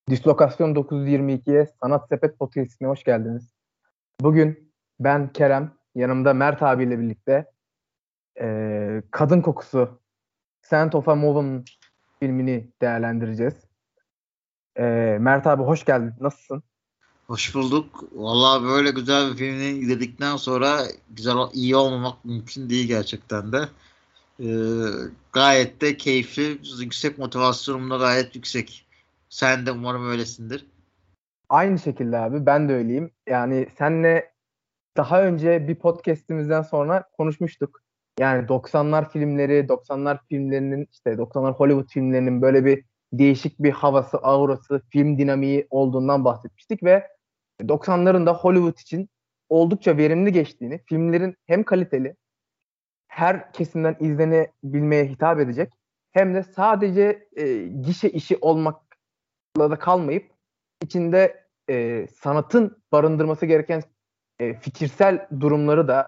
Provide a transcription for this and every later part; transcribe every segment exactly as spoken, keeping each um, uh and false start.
Dislokasyon dokuz yüz yirmi ikiye Sanat Sepet Podcast'ine hoş geldiniz. Bugün ben Kerem, yanımda Mert abiyle birlikte e, Kadın Kokusu, Scent of a Woman filmini değerlendireceğiz. E, Mert abi hoş geldin. Nasılsın? Hoş bulduk. Vallahi böyle güzel bir filmi izledikten sonra güzel iyi olmamak mümkün değil gerçekten de. Ee, Gayet de keyifli, yüksek motivasyonum da gayet yüksek. Sen de umarım öylesindir. Aynı şekilde abi ben de öyleyim. Yani senle daha önce bir podcast'imizden sonra konuşmuştuk. Yani doksanlar filmleri, doksanlar filmlerinin işte doksanlar Hollywood filmlerinin böyle bir değişik bir havası, aurası, film dinamiği olduğundan bahsetmiştik ve doksanların da Hollywood için oldukça verimli geçtiğini, filmlerin hem kaliteli, her kesimden izlenebilmeye hitap edecek hem de sadece e, gişe işi olmakla da kalmayıp içinde e, sanatın barındırması gereken e, fikirsel durumları da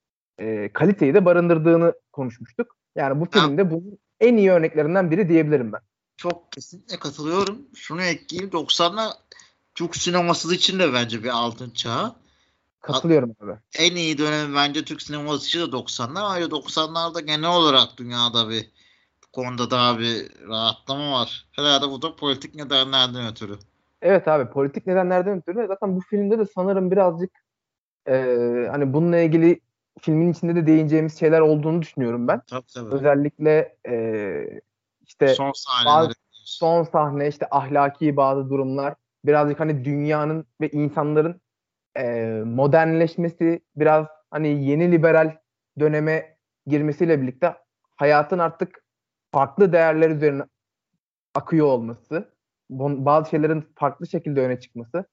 e, kaliteyi de barındırdığını konuşmuştuk. Yani bu Ben filmde bunun en iyi örneklerinden biri diyebilirim ben. çok kesinlikle katılıyorum. Şunu ekleyeyim. doksanlar Türk sineması için de bence bir altın çağı. Katılıyorum abi. En iyi dönemi bence Türk sineması için de doksanlar. Ayrıca doksanlarda genel olarak dünyada bir bu konuda daha bir rahatlama var. Herhalde bu da politik nedenlerden ötürü. Evet abi, politik nedenlerden ötürü zaten bu filmde de sanırım birazcık e, hani bununla ilgili filmin içinde de değineceğimiz şeyler olduğunu düşünüyorum ben. Tabii tabii. Özellikle e, işte Son bazı sahneleri diyorsun. son sahne, işte ahlaki bazı durumlar, birazcık hani dünyanın ve insanların e, modernleşmesi, biraz hani yeni liberal döneme girmesiyle birlikte hayatın artık farklı değerler üzerine akıyor olması, bazı şeylerin farklı şekilde öne çıkması,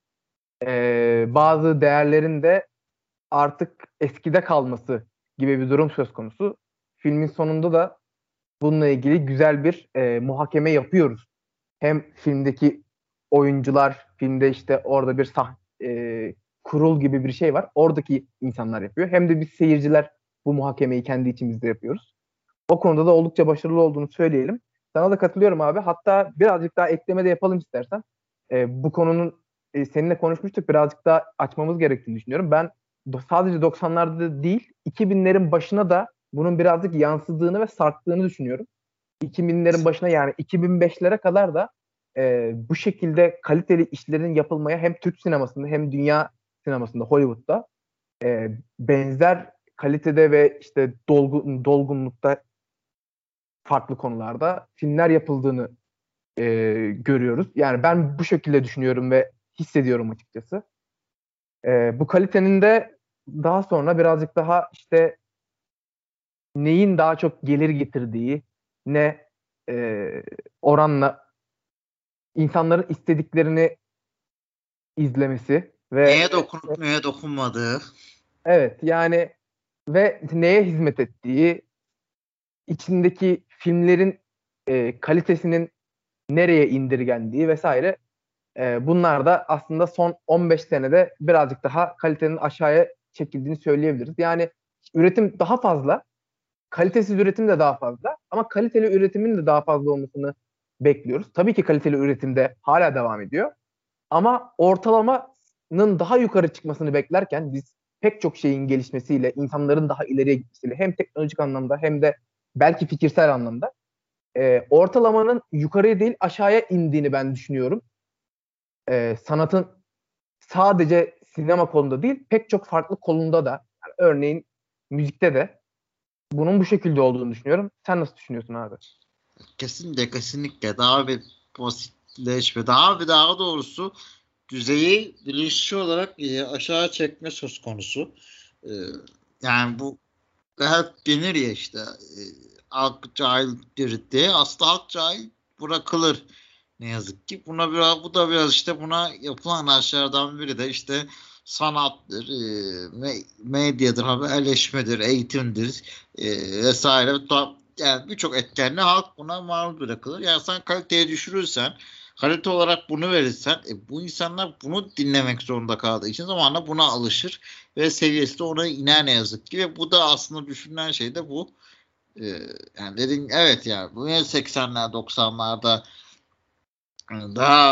e, bazı değerlerin de artık eskide kalması gibi bir durum söz konusu. Filmin sonunda da bununla ilgili güzel bir e, muhakeme yapıyoruz. Hem filmdeki oyuncular, filmde işte orada bir sah e, kurul gibi bir şey var. Oradaki insanlar yapıyor. Hem de biz seyirciler bu muhakemeyi kendi içimizde yapıyoruz. O konuda da oldukça başarılı olduğunu söyleyelim. Sana da katılıyorum abi. Hatta birazcık daha ekleme de yapalım istersen. E, bu konunun e, seninle konuşmuştuk. Birazcık daha açmamız gerektiğini düşünüyorum. Ben do- sadece doksanlarda değil, iki binlerin başına da bunun birazcık yansıdığını ve sarktığını düşünüyorum. iki binlerin başına, yani iki bin beşlere kadar da e, bu şekilde kaliteli işlerin yapılmaya hem Türk sinemasında hem dünya sinemasında, Hollywood'da e, benzer kalitede ve işte dolgu, dolgunlukta farklı konularda filmler yapıldığını e, görüyoruz. Yani ben bu şekilde düşünüyorum ve hissediyorum açıkçası. E, bu kalitenin de daha sonra birazcık daha işte neyin daha çok gelir getirdiği, ne e, oranla insanların istediklerini izlemesi ve Neye dokunup neye dokunmadığı. evet yani ve neye hizmet ettiği, içindeki filmlerin e, kalitesinin nereye indirgendiği vesaire. E, bunlar da aslında son on beş senede birazcık daha kalitenin aşağıya çekildiğini söyleyebiliriz. Yani üretim daha fazla, kalitesiz üretim de daha fazla ama kaliteli üretimin de daha fazla olmasını bekliyoruz. Tabii ki kaliteli üretim de hala devam ediyor. Ama ortalamanın daha yukarı çıkmasını beklerken biz pek çok şeyin gelişmesiyle, insanların daha ileriye gitmesiyle, hem teknolojik anlamda hem de belki fikirsel anlamda e, ortalamanın yukarıya değil aşağıya indiğini ben düşünüyorum. E, sanatın sadece sinema kolunda değil, pek çok farklı kolunda da, yani örneğin müzikte de bunun bu şekilde olduğunu düşünüyorum. Sen nasıl düşünüyorsun abi? Kesinlikle kesinlikle daha bir basitleşme, daha bir daha doğrusu düzeyi bilinçli olarak e, aşağı çekme söz konusu. E, Yani bu hep denir ya işte e, halk cahildir diye, aslında halk cahil bırakılır ne yazık ki. Buna biraz, bu da biraz işte buna yapılan aşağıdan biri de işte sanattır, e, me- medyadır, haberleşmedir, eğitimdir e, vesaire. Yani birçok etkenle halk buna maruz bırakılır. Yani sen kaliteye düşürürsen, kalite olarak bunu verirsen, e, bu insanlar bunu dinlemek zorunda kaldığı için zamanla buna alışır ve seviyesi de ona iner ne yazık ki. Ve bu da aslında düşünülen şey de bu. Ee, Yani dedin evet ya, bu seksenler doksanlarda daha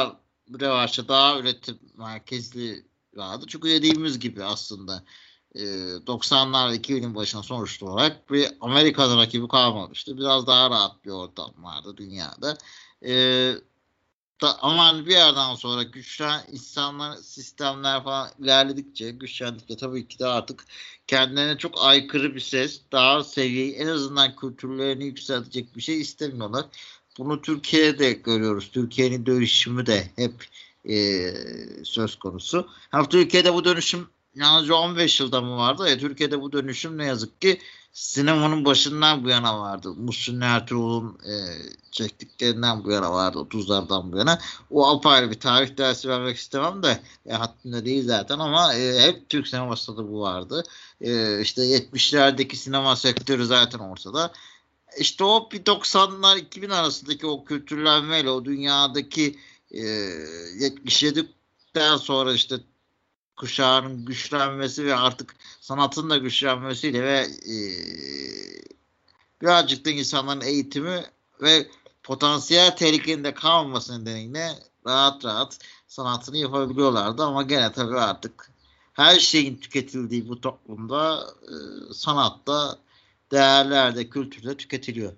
revaçta daha üretim merkezli vardı. Çünkü dediğimiz gibi aslında e, doksanlar iki binin başına sonuçta olarak bir Amerika'da rakibi kalmamıştı. Biraz daha rahat bir ortam vardı dünyada. E, da, ama bir yerden sonra güçlen insanlar, sistemler falan ilerledikçe, güçlendikçe tabii ki de artık kendilerine çok aykırı bir ses, daha seviyeyi, en azından kültürlerini yükseltecek bir şey istemiyorlar. Bunu Türkiye'de görüyoruz. Türkiye'nin dönüşümü de hep e, söz konusu. Hem Türkiye'de bu dönüşüm yalnızca on beş yılda mı vardı? Ya Türkiye'de bu dönüşüm ne yazık ki sinemanın başından bu yana vardı. Muhsin Ertuğrul'un e, çektiklerinden bu yana vardı. otuzlardan bu yana. O apayrı bir tarih dersi vermek istemem de e, haddinde değil zaten ama e, hep Türk sinemasında da bu vardı. E, işte yetmişlerdeki sinema sektörü zaten ortada. İşte o bir doksanlar iki bin arasındaki o kültürlenmeyle o dünyadaki e, yetmiş yediden sonra işte kuşağının güçlenmesi ve artık sanatın da güçlenmesiyle ve e, birazcık da insanların eğitimi ve potansiyel tehlikenin de kalmaması nedeniyle rahat rahat sanatını yapabiliyorlardı ama gene tabii artık her şeyin tüketildiği bu toplumda e, sanatta, değerlerde, kültürde tüketiliyor.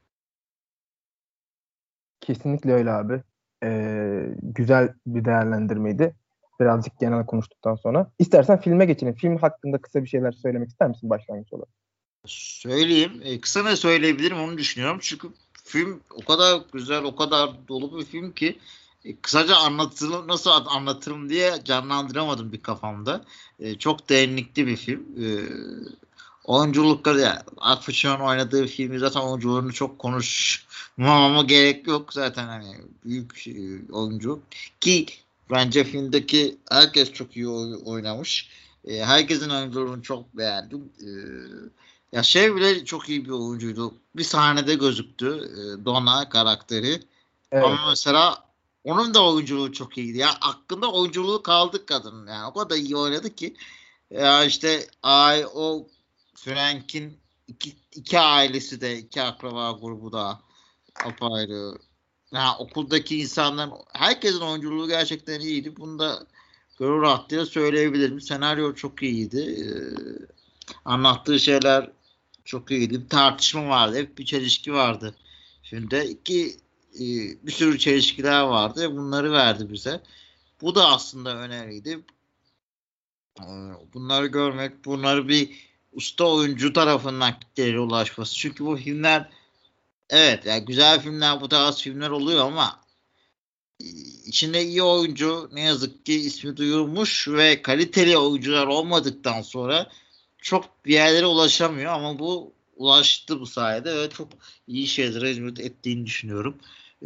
Kesinlikle öyle abi. Ee, güzel bir değerlendirmeydi. Birazcık genel konuştuktan sonra. İstersen filme geçelim. Film hakkında kısa bir şeyler söylemek ister misin başlangıç olarak? Söyleyeyim. E, kısa ne söyleyebilirim onu düşünüyorum. Çünkü film o kadar güzel, o kadar dolu bir film ki e, kısaca anlatılır, nasıl anlatırım diye canlandıramadım bir kafamda. E, çok derinlikli bir film. E, oyunculukları yani Al Pacino'nun oynadığı filmi zaten oyunculuğunu çok konuşmama gerek yok. Zaten hani büyük e, oyuncu ki bence filmdeki herkes çok iyi oy- oynamış. E, herkesin oyunculuğunu çok beğendim. E, ya şey bile çok iyi bir oyuncuydu. Bir sahnede gözüktü. E, Donna karakteri. Evet. Ama mesela onun da oyunculuğu çok iyiydi. Ya hakkında oyunculuğu kaldık kadının. Yani o kadar iyi oynadı ki. Ya işte ay o Frank'in iki, iki ailesi de iki akraba grubu da apayrı. Ya okuldaki insanların herkesin oyunculuğu gerçekten iyiydi. Bunu da gönül rahatlığıyla söyleyebilirim. Senaryo çok iyiydi. Ee, anlattığı şeyler çok iyiydi. Bir tartışma vardı. Hep bir çelişki vardı. Şimdi iki e, bir sürü çelişkiler vardı. Bunları verdi bize. Bu da aslında önemliydi. Ee, Bunları görmek, bunları bir usta oyuncu tarafından kitlelere ulaşması. Çünkü bu filmler evet yani güzel filmler bu tarz filmler oluyor ama e, içinde iyi oyuncu ne yazık ki ismi duyulmuş ve kaliteli oyuncular olmadıktan sonra çok bir yerlere ulaşamıyor ama bu ulaştı bu sayede ve çok iyi şeylere hizmet ettiğini düşünüyorum. Ee,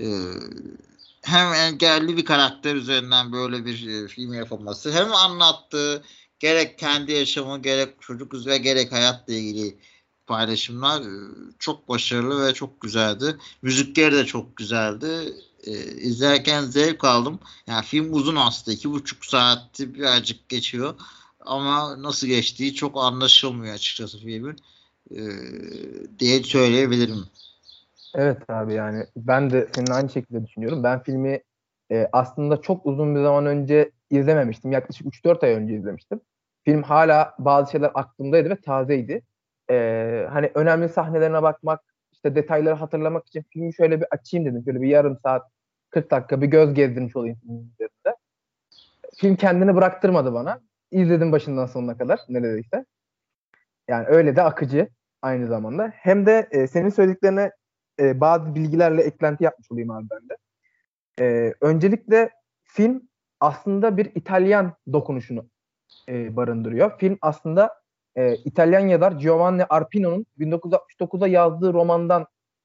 hem engelli bir karakter üzerinden böyle bir e, film yapılması hem anlattığı gerek kendi yaşamı gerek çocuk ve gerek hayatla ilgili paylaşımlar e, çok başarılı ve çok güzeldi. Müzikleri de çok güzeldi. E, izlerken zevk aldım. Yani film uzun aslında. iki buçuk saati birazcık geçiyor. Ama nasıl geçtiği çok anlaşılmıyor açıkçası filmin. E, diye söyleyebilirim. Evet abi, yani ben de senin aynı şekilde düşünüyorum. Ben filmi e, aslında çok uzun bir zaman önce izlememiştim. Yaklaşık üç dört ay önce izlemiştim. Film hala bazı şeyler aklımdaydı ve tazeydi. E, hani önemli sahnelerine bakmak, işte detayları hatırlamak için filmi şöyle bir açayım dedim. Şöyle bir yarım saat, kırk dakika bir göz gezdirmiş olayım filmin üzerinde. Film kendini bıraktırmadı bana. İzledim başından sonuna kadar neredeyse. Yani öyle de akıcı aynı zamanda. Hem de e, senin söylediklerine e, bazı bilgilerle eklenti yapmış olayım abi ben de. E, öncelikle film aslında bir İtalyan dokunuşunu e, barındırıyor. Film aslında e, İtalyan yazar Giovanni Arpino'nun bin dokuz yüz altmış dokuzda yazdığı romandan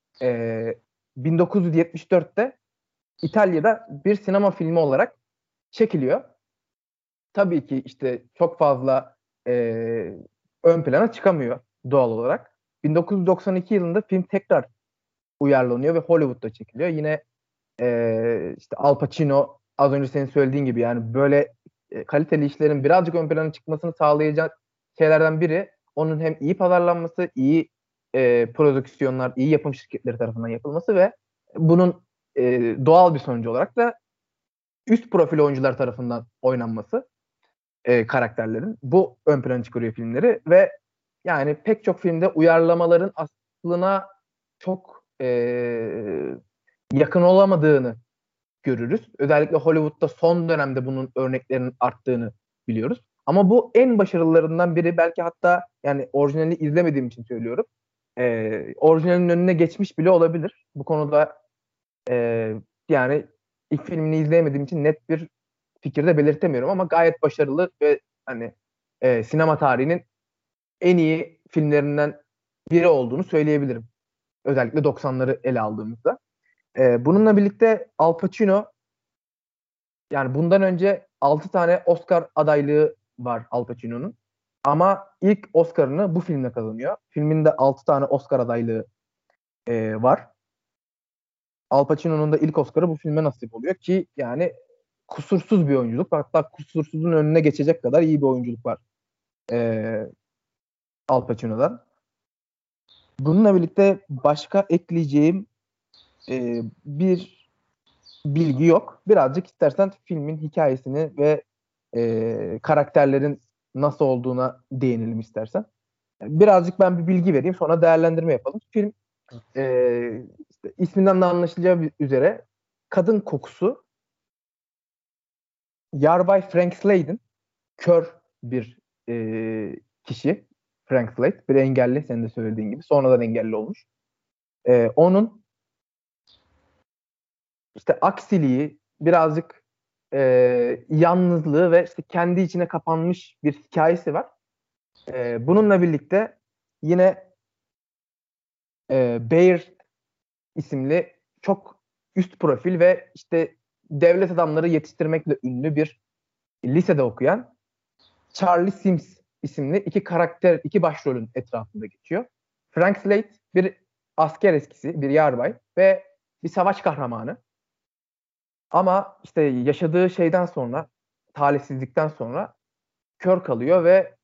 e, bin dokuz yüz yetmiş dörtte İtalya'da bir sinema filmi olarak çekiliyor. Tabii ki işte çok fazla e, ön plana çıkamıyor doğal olarak. bin dokuz yüz doksan iki yılında film tekrar uyarlanıyor ve Hollywood'da çekiliyor. Yine e, işte Al Pacino, az önce senin söylediğin gibi, yani böyle e, kaliteli işlerin birazcık ön plana çıkmasını sağlayacak şeylerden biri onun hem iyi pazarlanması, iyi e, prodüksiyonlar, iyi yapım şirketleri tarafından yapılması ve bunun e, doğal bir sonucu olarak da üst profil oyuncular tarafından oynanması e, karakterlerin. Bu ön plana çıkarıyor filmleri ve yani pek çok filmde uyarlamaların aslına çok e, yakın olamadığını görürüz. Özellikle Hollywood'da son dönemde bunun örneklerinin arttığını biliyoruz. Ama bu en başarılılarından biri, belki hatta yani orijinalini izlemediğim için söylüyorum. E, orijinalinin önüne geçmiş bile olabilir. Bu konuda e, yani ilk filmini izleyemediğim için net bir fikirde belirtemiyorum ama gayet başarılı ve hani e, sinema tarihinin en iyi filmlerinden biri olduğunu söyleyebilirim. Özellikle doksanları ele aldığımızda. E, bununla birlikte Al Pacino, yani bundan önce altı tane Oscar adaylığı var Al Pacino'nun. Ama ilk Oscar'ını bu filmle kazanıyor. Filmin de altı tane Oscar adaylığı e, var. Al Pacino'nun da ilk Oscar'ı bu filme nasip oluyor ki yani kusursuz bir oyunculuk. Hatta kusursuzun önüne geçecek kadar iyi bir oyunculuk var e, Al Pacino'dan. Bununla birlikte başka ekleyeceğim e, bir bilgi yok. Birazcık istersen filmin hikayesini ve e, karakterlerin nasıl olduğuna değinelim istersen. Birazcık ben bir bilgi vereyim, sonra değerlendirme yapalım. Film e, işte isminden de anlaşılacağı üzere kadın kokusu, Yarbay Frank Slade'in kör bir e, kişi. Frank Slade bir engelli, senin de söylediğin gibi sonradan engelli olmuş. E, onun işte aksiliği, birazcık e, yalnızlığı ve işte kendi içine kapanmış bir hikayesi var. E, bununla birlikte yine e, Bayer isimli çok üst profil ve işte devlet adamları yetiştirmekle ünlü bir lisede okuyan Charlie Sims isimli iki karakter, iki başrolün etrafında geçiyor. Frank Slade bir asker eskisi, bir yarbay ve bir savaş kahramanı. Ama işte yaşadığı şeyden sonra, talihsizlikten sonra kör kalıyor ve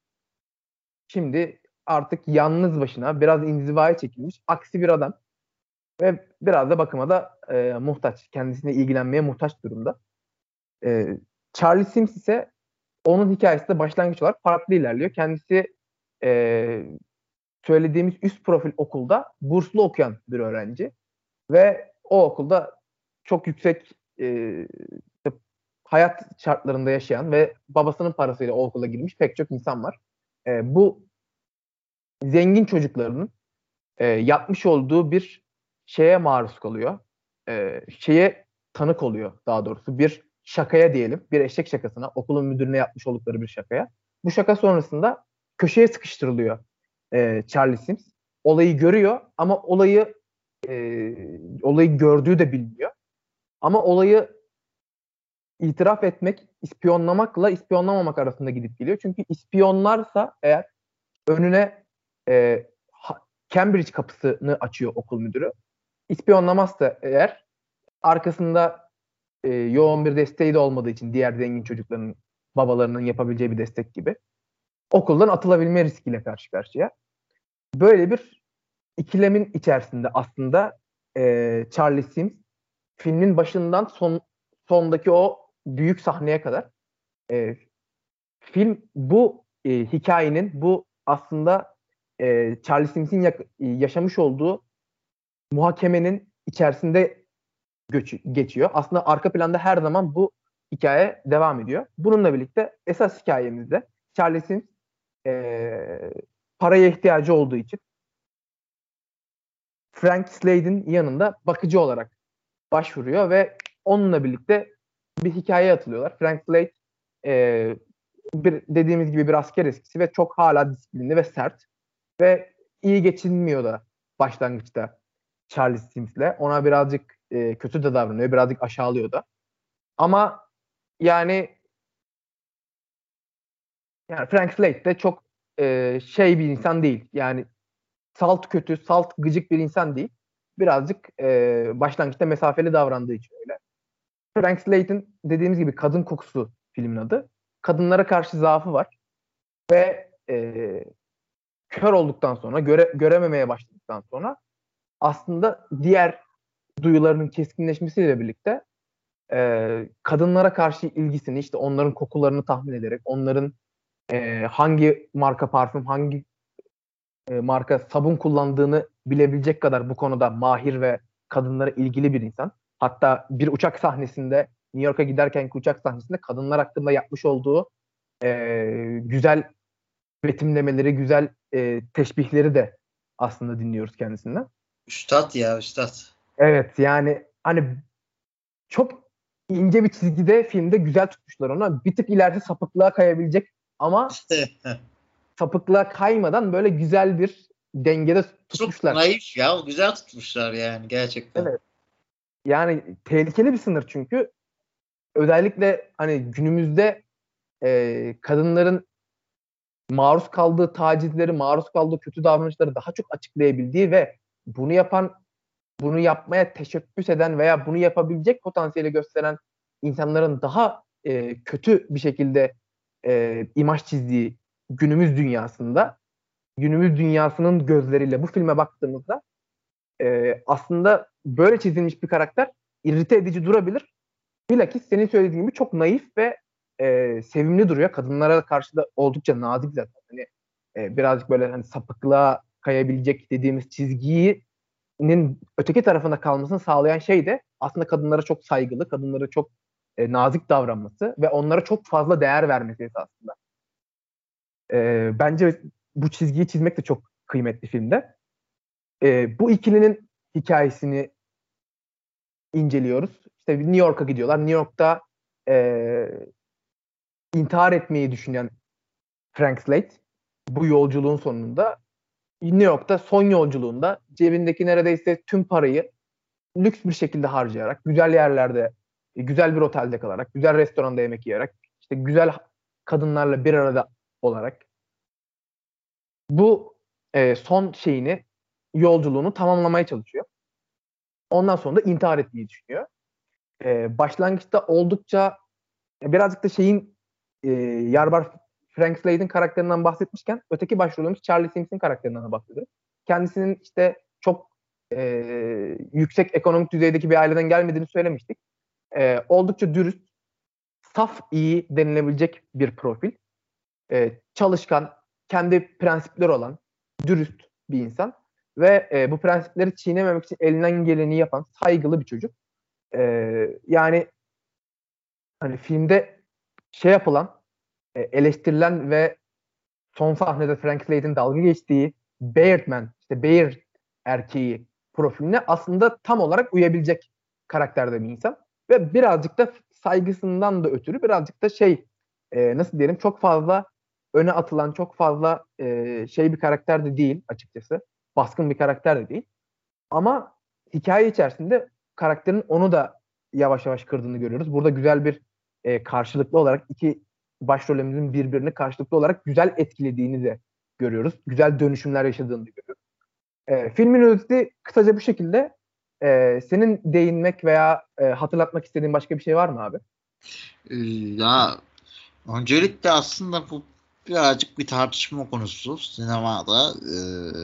şimdi artık yalnız başına, biraz inzivaya çekilmiş aksi bir adam ve biraz da bakıma da e, muhtaç. Kendisine ilgilenmeye muhtaç durumda. E, Charlie Sims ise onun hikayesi de başlangıç olarak farklı ilerliyor. Kendisi e, söylediğimiz üst profil okulda burslu okuyan bir öğrenci ve o okulda çok yüksek e, hayat şartlarında yaşayan ve babasının parasıyla o okula girmiş pek çok insan var. E, bu zengin çocuklarının e, yapmış olduğu bir şeye maruz kalıyor. E, şeye tanık oluyor daha doğrusu. Bir şakaya diyelim. Bir eşek şakasına. Okulun müdürüne yapmış oldukları bir şakaya. Bu şaka sonrasında köşeye sıkıştırılıyor e, Charlie Sims. Olayı görüyor ama olayı e, olayı gördüğü de bilmiyor. Ama olayı itiraf etmek, ispiyonlamakla ispiyonlamamak arasında gidip geliyor. Çünkü ispiyonlarsa eğer önüne e, Cambridge kapısını açıyor okul müdürü. İspiyonlamazsa eğer arkasında e, yoğun bir desteği de olmadığı için diğer zengin çocukların babalarının yapabileceği bir destek gibi okuldan atılabilme riskiyle karşı karşıya. Böyle bir ikilemin içerisinde aslında e, Charlie Sims filmin başından son sondaki o büyük sahneye kadar e, film bu e, hikayenin bu aslında e, Charlie Sims'in yak- yaşamış olduğu muhakemenin içerisinde göç- geçiyor. Aslında arka planda her zaman bu hikaye devam ediyor. Bununla birlikte esas hikayemizde Charlie Sims e, paraya ihtiyacı olduğu için Frank Slade'in yanında bakıcı olarak başvuruyor ve onunla birlikte bir hikayeye atılıyorlar. Frank Slade e, bir, dediğimiz gibi bir asker eskisi ve çok hala disiplinli ve sert ve iyi geçinmiyor da başlangıçta Charlie Sims'le. Ona birazcık e, kötü de davranıyor, birazcık aşağılıyor da. Ama yani yani Frank Slade de çok e, şey bir insan değil. Yani salt kötü, salt gıcık bir insan değil. Birazcık e, başlangıçta mesafeli davrandığı için öyle. Frank Slade'in dediğimiz gibi Kadın Kokusu filmin adı. Kadınlara karşı zaafı var ve e, kör olduktan sonra, göre, görememeye başladıktan sonra aslında diğer duyularının keskinleşmesiyle birlikte e, kadınlara karşı ilgisini, işte onların kokularını tahmin ederek, onların e, hangi marka parfüm, hangi e, marka sabun kullandığını bilebilecek kadar bu konuda mahir ve kadınlara ilgili bir insan. Hatta bir uçak sahnesinde, New York'a giderkenki uçak sahnesinde kadınlar hakkında yapmış olduğu e, güzel betimlemeleri, güzel e, teşbihleri de aslında dinliyoruz kendisinden. Üstad ya üstad. Evet, yani hani çok ince bir çizgide filmde güzel tutmuşlar onu. Bir tık ileride sapıklığa kayabilecek ama sapıklığa kaymadan böyle güzel bir dengede tutmuşlar. Çok naif ya. Güzel tutmuşlar yani gerçekten. Evet. Yani tehlikeli bir sınır çünkü. Özellikle hani günümüzde e, kadınların maruz kaldığı tacizleri, maruz kaldığı kötü davranışları daha çok açıklayabildiği ve bunu yapan, bunu yapmaya teşebbüs eden veya bunu yapabilecek potansiyeli gösteren insanların daha e, kötü bir şekilde e, imaj çizdiği günümüz dünyasında, günümüz dünyasının gözleriyle bu filme baktığımızda e, aslında böyle çizilmiş bir karakter irrite edici durabilir. Bilakis senin söylediğin gibi çok naif ve e, sevimli duruyor. Kadınlara karşı da oldukça nazik zaten. Hani e, birazcık böyle hani sapıklığa kayabilecek dediğimiz çizginin öteki tarafında kalmasını sağlayan şey de aslında kadınlara çok saygılı, kadınlara çok e, nazik davranması ve onlara çok fazla değer vermesi esasında. E, bence bu çizgiyi çizmek de çok kıymetli filmde. E, bu ikilinin hikayesini inceliyoruz. İşte New York'a gidiyorlar. New York'ta e, intihar etmeyi düşünen Frank Slade bu yolculuğun sonunda New York'ta son yolculuğunda cebindeki neredeyse tüm parayı lüks bir şekilde harcayarak, güzel yerlerde, güzel bir otelde kalarak, güzel restoranda yemek yiyerek, işte güzel kadınlarla bir arada olarak bu e, son şeyini, yolculuğunu tamamlamaya çalışıyor. Ondan sonra da intihar etmeyi düşünüyor. E, başlangıçta oldukça birazcık da şeyin e, Yarbar Frank Slade'in karakterinden bahsetmişken öteki başrolümüz Charlie Sims'in karakterinden bahsediyor. Kendisinin işte çok e, yüksek ekonomik düzeydeki bir aileden gelmediğini söylemiştik. E, oldukça dürüst, saf iyi denilebilecek bir profil. E, çalışkan, kendi prensipleri olan, dürüst bir insan. Ve e, bu prensipleri çiğnememek için elinden geleni yapan saygılı bir çocuk. E, yani hani filmde şey yapılan, e, eleştirilen ve son sahnede Frank Slade'in dalga geçtiği Bayardman, işte Bayard erkeği profiline aslında tam olarak uyabilecek karakterde bir insan. Ve birazcık da saygısından da ötürü birazcık da şey, e, nasıl diyelim, çok fazla öne atılan, çok fazla e, şey bir karakter de değil açıkçası. Baskın bir karakter de değil. Ama hikaye içerisinde karakterin onu da yavaş yavaş kırdığını görüyoruz. Burada güzel bir e, karşılıklı olarak iki başrolümüzün birbirini karşılıklı olarak güzel etkilediğini de görüyoruz. Güzel dönüşümler yaşadığını da görüyoruz. E, filmin özeti kısaca bu şekilde. E, senin değinmek veya e, hatırlatmak istediğin başka bir şey var mı abi? Ee, ya öncelikle aslında bu birazcık bir tartışma konusu sinemada. Ee,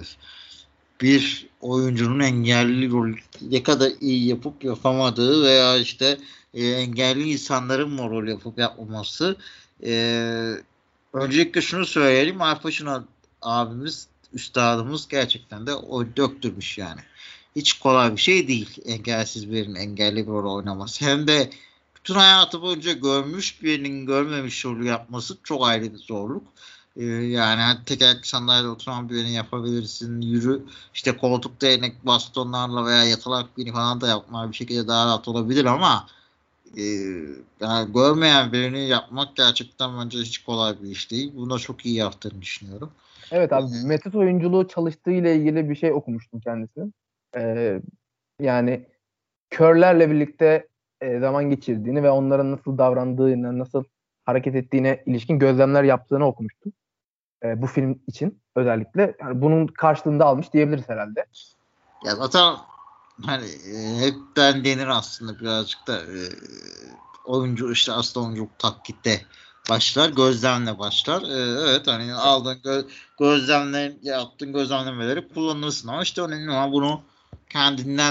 bir oyuncunun engelli rol ne kadar iyi yapıp yapamadığı veya işte e, engelli insanların mı rol yapıp yapmaması. Ee, öncelikle şunu söyleyelim. Alpaşın abimiz, üstadımız gerçekten de o döktürmüş yani. Hiç kolay bir şey değil engelsiz birinin engelli bir rol oynaması. Hem de bütün hayatı boyunca görmüş birinin görmemiş rolü yapması çok ayrı bir zorluk. Ee, yani hani tekerlekli sandalyede oturan birini yapabilirsin. Yürü işte koltukta enek bastonlarla veya yatalak birini falan da yapmak bir şekilde daha rahat olabilir ama e, yani görmeyen birini yapmak gerçekten bence hiç kolay bir iş değil. Bunu da çok iyi yaptığını düşünüyorum. Evet abi, metot oyunculuğu çalıştığı ile ilgili bir şey okumuştum kendisinin. Ee, yani körlerle birlikte e, zaman geçirdiğini ve onların nasıl davrandığını, nasıl hareket ettiğine ilişkin gözlemler yaptığını okumuştum. E, bu film için özellikle. Yani bunun karşılığında almış diyebiliriz herhalde. Ya zaten hani e, hepten denir aslında birazcık da e, oyuncu işte aslında oyunculuk taklitte başlar, gözlemle başlar. E, evet hani aldığın gö- gözlemle yaptığın gözlemlemeleri kullanırsın ama işte önemli olan bunu kendinden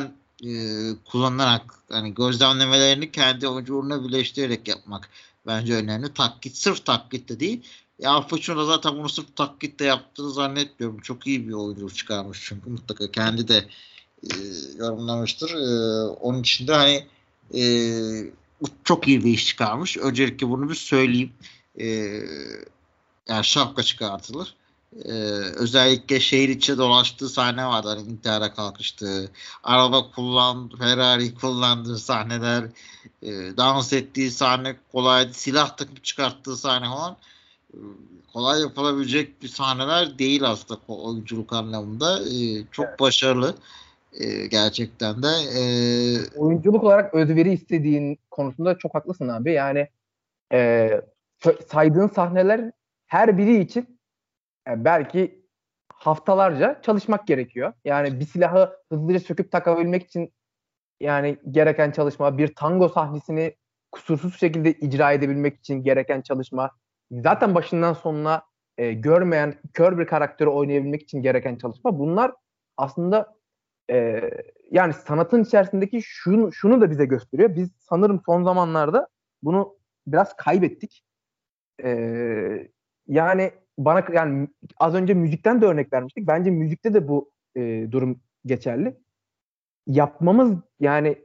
e, kullanarak hani gözlemlemelerini kendi oyuncularına birleştirerek yapmak bence önemli. Taklit, sırf taklit de değil. Ya Al Pacino zaten bunu sırf taklitle yaptığını zannetmiyorum. Çok iyi bir oyuncu çıkarmış çünkü mutlaka kendi de e, yorumlamıştır. E, onun için de hani e, çok iyi bir iş çıkarmış. Öncelikle bunu bir söyleyeyim. E, yani şapka çıkartılır. Ee, özellikle şehir içi dolaştığı sahne vardı. Hani intihara kalkıştığı, araba kullan, Ferrari kullandığı sahneler, e, dans ettiği sahne kolaydı. Silah takıp çıkarttığı sahne falan e, kolay yapılabilecek bir sahneler değil aslında oyunculuk anlamında. E, çok Evet. başarılı. E, gerçekten de. E, Oyunculuk olarak özveri istediğin konusunda çok haklısın abi. Yani e, saydığın sahneler her biri için e, belki haftalarca çalışmak gerekiyor. Yani bir silahı hızlıca söküp takabilmek için yani gereken çalışma, bir tango sahnesini kusursuz şekilde icra edebilmek için gereken çalışma, zaten başından sonuna e, görmeyen, kör bir karakteri oynayabilmek için gereken çalışma. Bunlar aslında e, yani sanatın içerisindeki şunu, şunu da bize gösteriyor. Biz sanırım son zamanlarda bunu biraz kaybettik. E, yani bana yani az önce müzikten de örnek vermiştik. Bence müzikte de bu e, durum geçerli. Yapmamız yani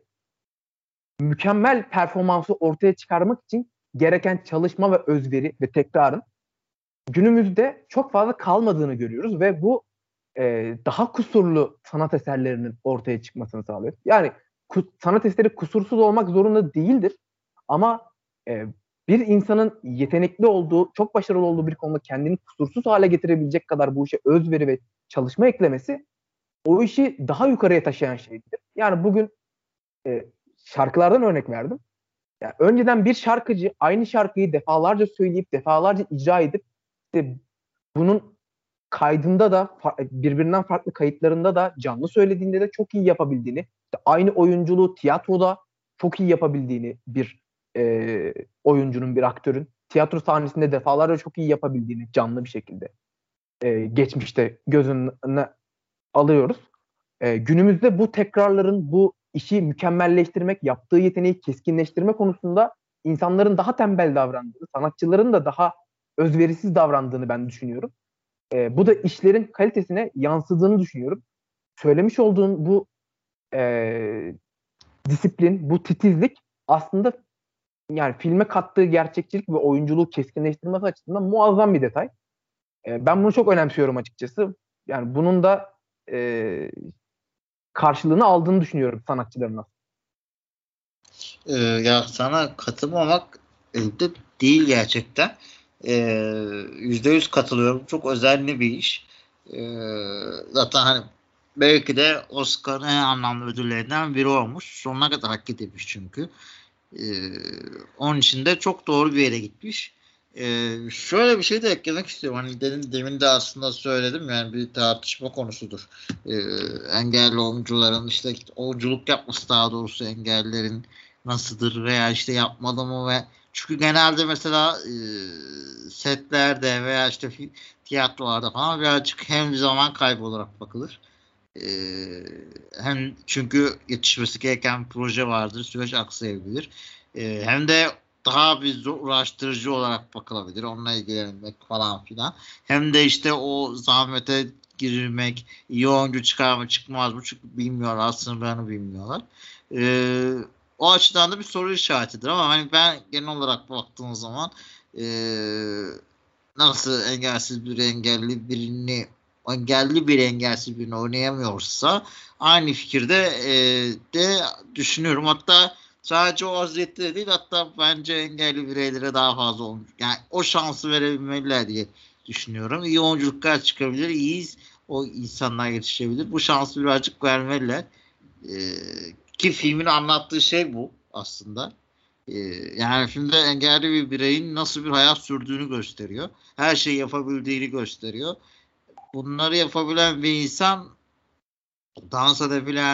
mükemmel performansı ortaya çıkarmak için gereken çalışma ve özveri ve tekrarın günümüzde çok fazla kalmadığını görüyoruz ve bu e, daha kusurlu sanat eserlerinin ortaya çıkmasını sağlıyor. Yani ku- sanat eseri kusursuz olmak zorunda değildir ama e, bir insanın yetenekli olduğu, çok başarılı olduğu bir konuda kendini kusursuz hale getirebilecek kadar bu işe özveri ve çalışma eklemesi o işi daha yukarıya taşıyan şeydir. Yani bugün e, şarkılardan örnek verdim. Yani önceden bir şarkıcı aynı şarkıyı defalarca söyleyip defalarca icra edip işte bunun kaydında da birbirinden farklı kayıtlarında da canlı söylediğinde de çok iyi yapabildiğini, işte aynı oyunculuğu tiyatroda çok iyi yapabildiğini bir e, oyuncunun, bir aktörün tiyatro sahnesinde defalarca çok iyi yapabildiğini canlı bir şekilde e, geçmişte göz önüne alıyoruz. E, günümüzde bu tekrarların, bu işi mükemmelleştirmek, yaptığı yeteneği keskinleştirme konusunda insanların daha tembel davrandığını, sanatçıların da daha özverisiz davrandığını ben düşünüyorum. E, bu da işlerin kalitesine yansıdığını düşünüyorum. Söylemiş olduğun bu e, disiplin, bu titizlik aslında yani filme kattığı gerçekçilik ve oyunculuğu keskinleştirmesi açısından muazzam bir detay. E, ben bunu çok önemsiyorum açıkçası. Yani bunun da e, karşılığını aldığını düşünüyorum sanatçıların. e, ya sana katılmamak elde değil gerçekten. E, yüzde yüz katılıyorum. Çok özenli bir iş. E, zaten hani belki de Oscar'ın en anlamlı ödüllerinden biri olmuş. Sonuna kadar hak etmiş çünkü. E, onun için de çok doğru bir yere gitmiş. Ee, şöyle bir şey de eklemek istiyorum. Hani demin, demin de aslında söyledim yani bir tartışma konusudur. Ee, engelli oyuncuların işte oyunculuk yapması daha doğrusu engellilerin nasıldır veya işte yapmalı mı ve çünkü genelde mesela e, setlerde veya işte tiyatrolarda falan birazcık hem zaman kaybı olarak bakılır. Ee, hem çünkü yetişmesi gereken bir proje vardır, süreç aksayabilir. Ee, hem de daha bir zor, uğraştırıcı olarak bakılabilir. Onunla ilgilenmek falan filan. Hem de işte o zahmete girmek, iyi oyuncu çıkar mı çıkmaz mı çünkü bilmiyorlar, sınırlarını bilmiyorlar. Ee, o açıdan da bir soru işaretidir ama hani ben genel olarak baktığım zaman ee, nasıl engelsiz bir engelli birini engelli bir engelsiz birini oynayamıyorsa aynı fikirde e, de düşünüyorum. Hatta sadece o vaziyette de değil hatta bence engelli bireylere daha fazla olmuş. Yani o şansı verebilmeliler diye düşünüyorum. İyi oyunculuklar çıkabilir. İyi o insanlar yetişebilir. Bu şansı birazcık vermeliler. E, ki filmin anlattığı şey bu aslında. Ee, yani filmde engelli bir bireyin nasıl bir hayat sürdüğünü gösteriyor. Her şeyi yapabildiğini gösteriyor. Bunları yapabilen bir insan dans edebilen,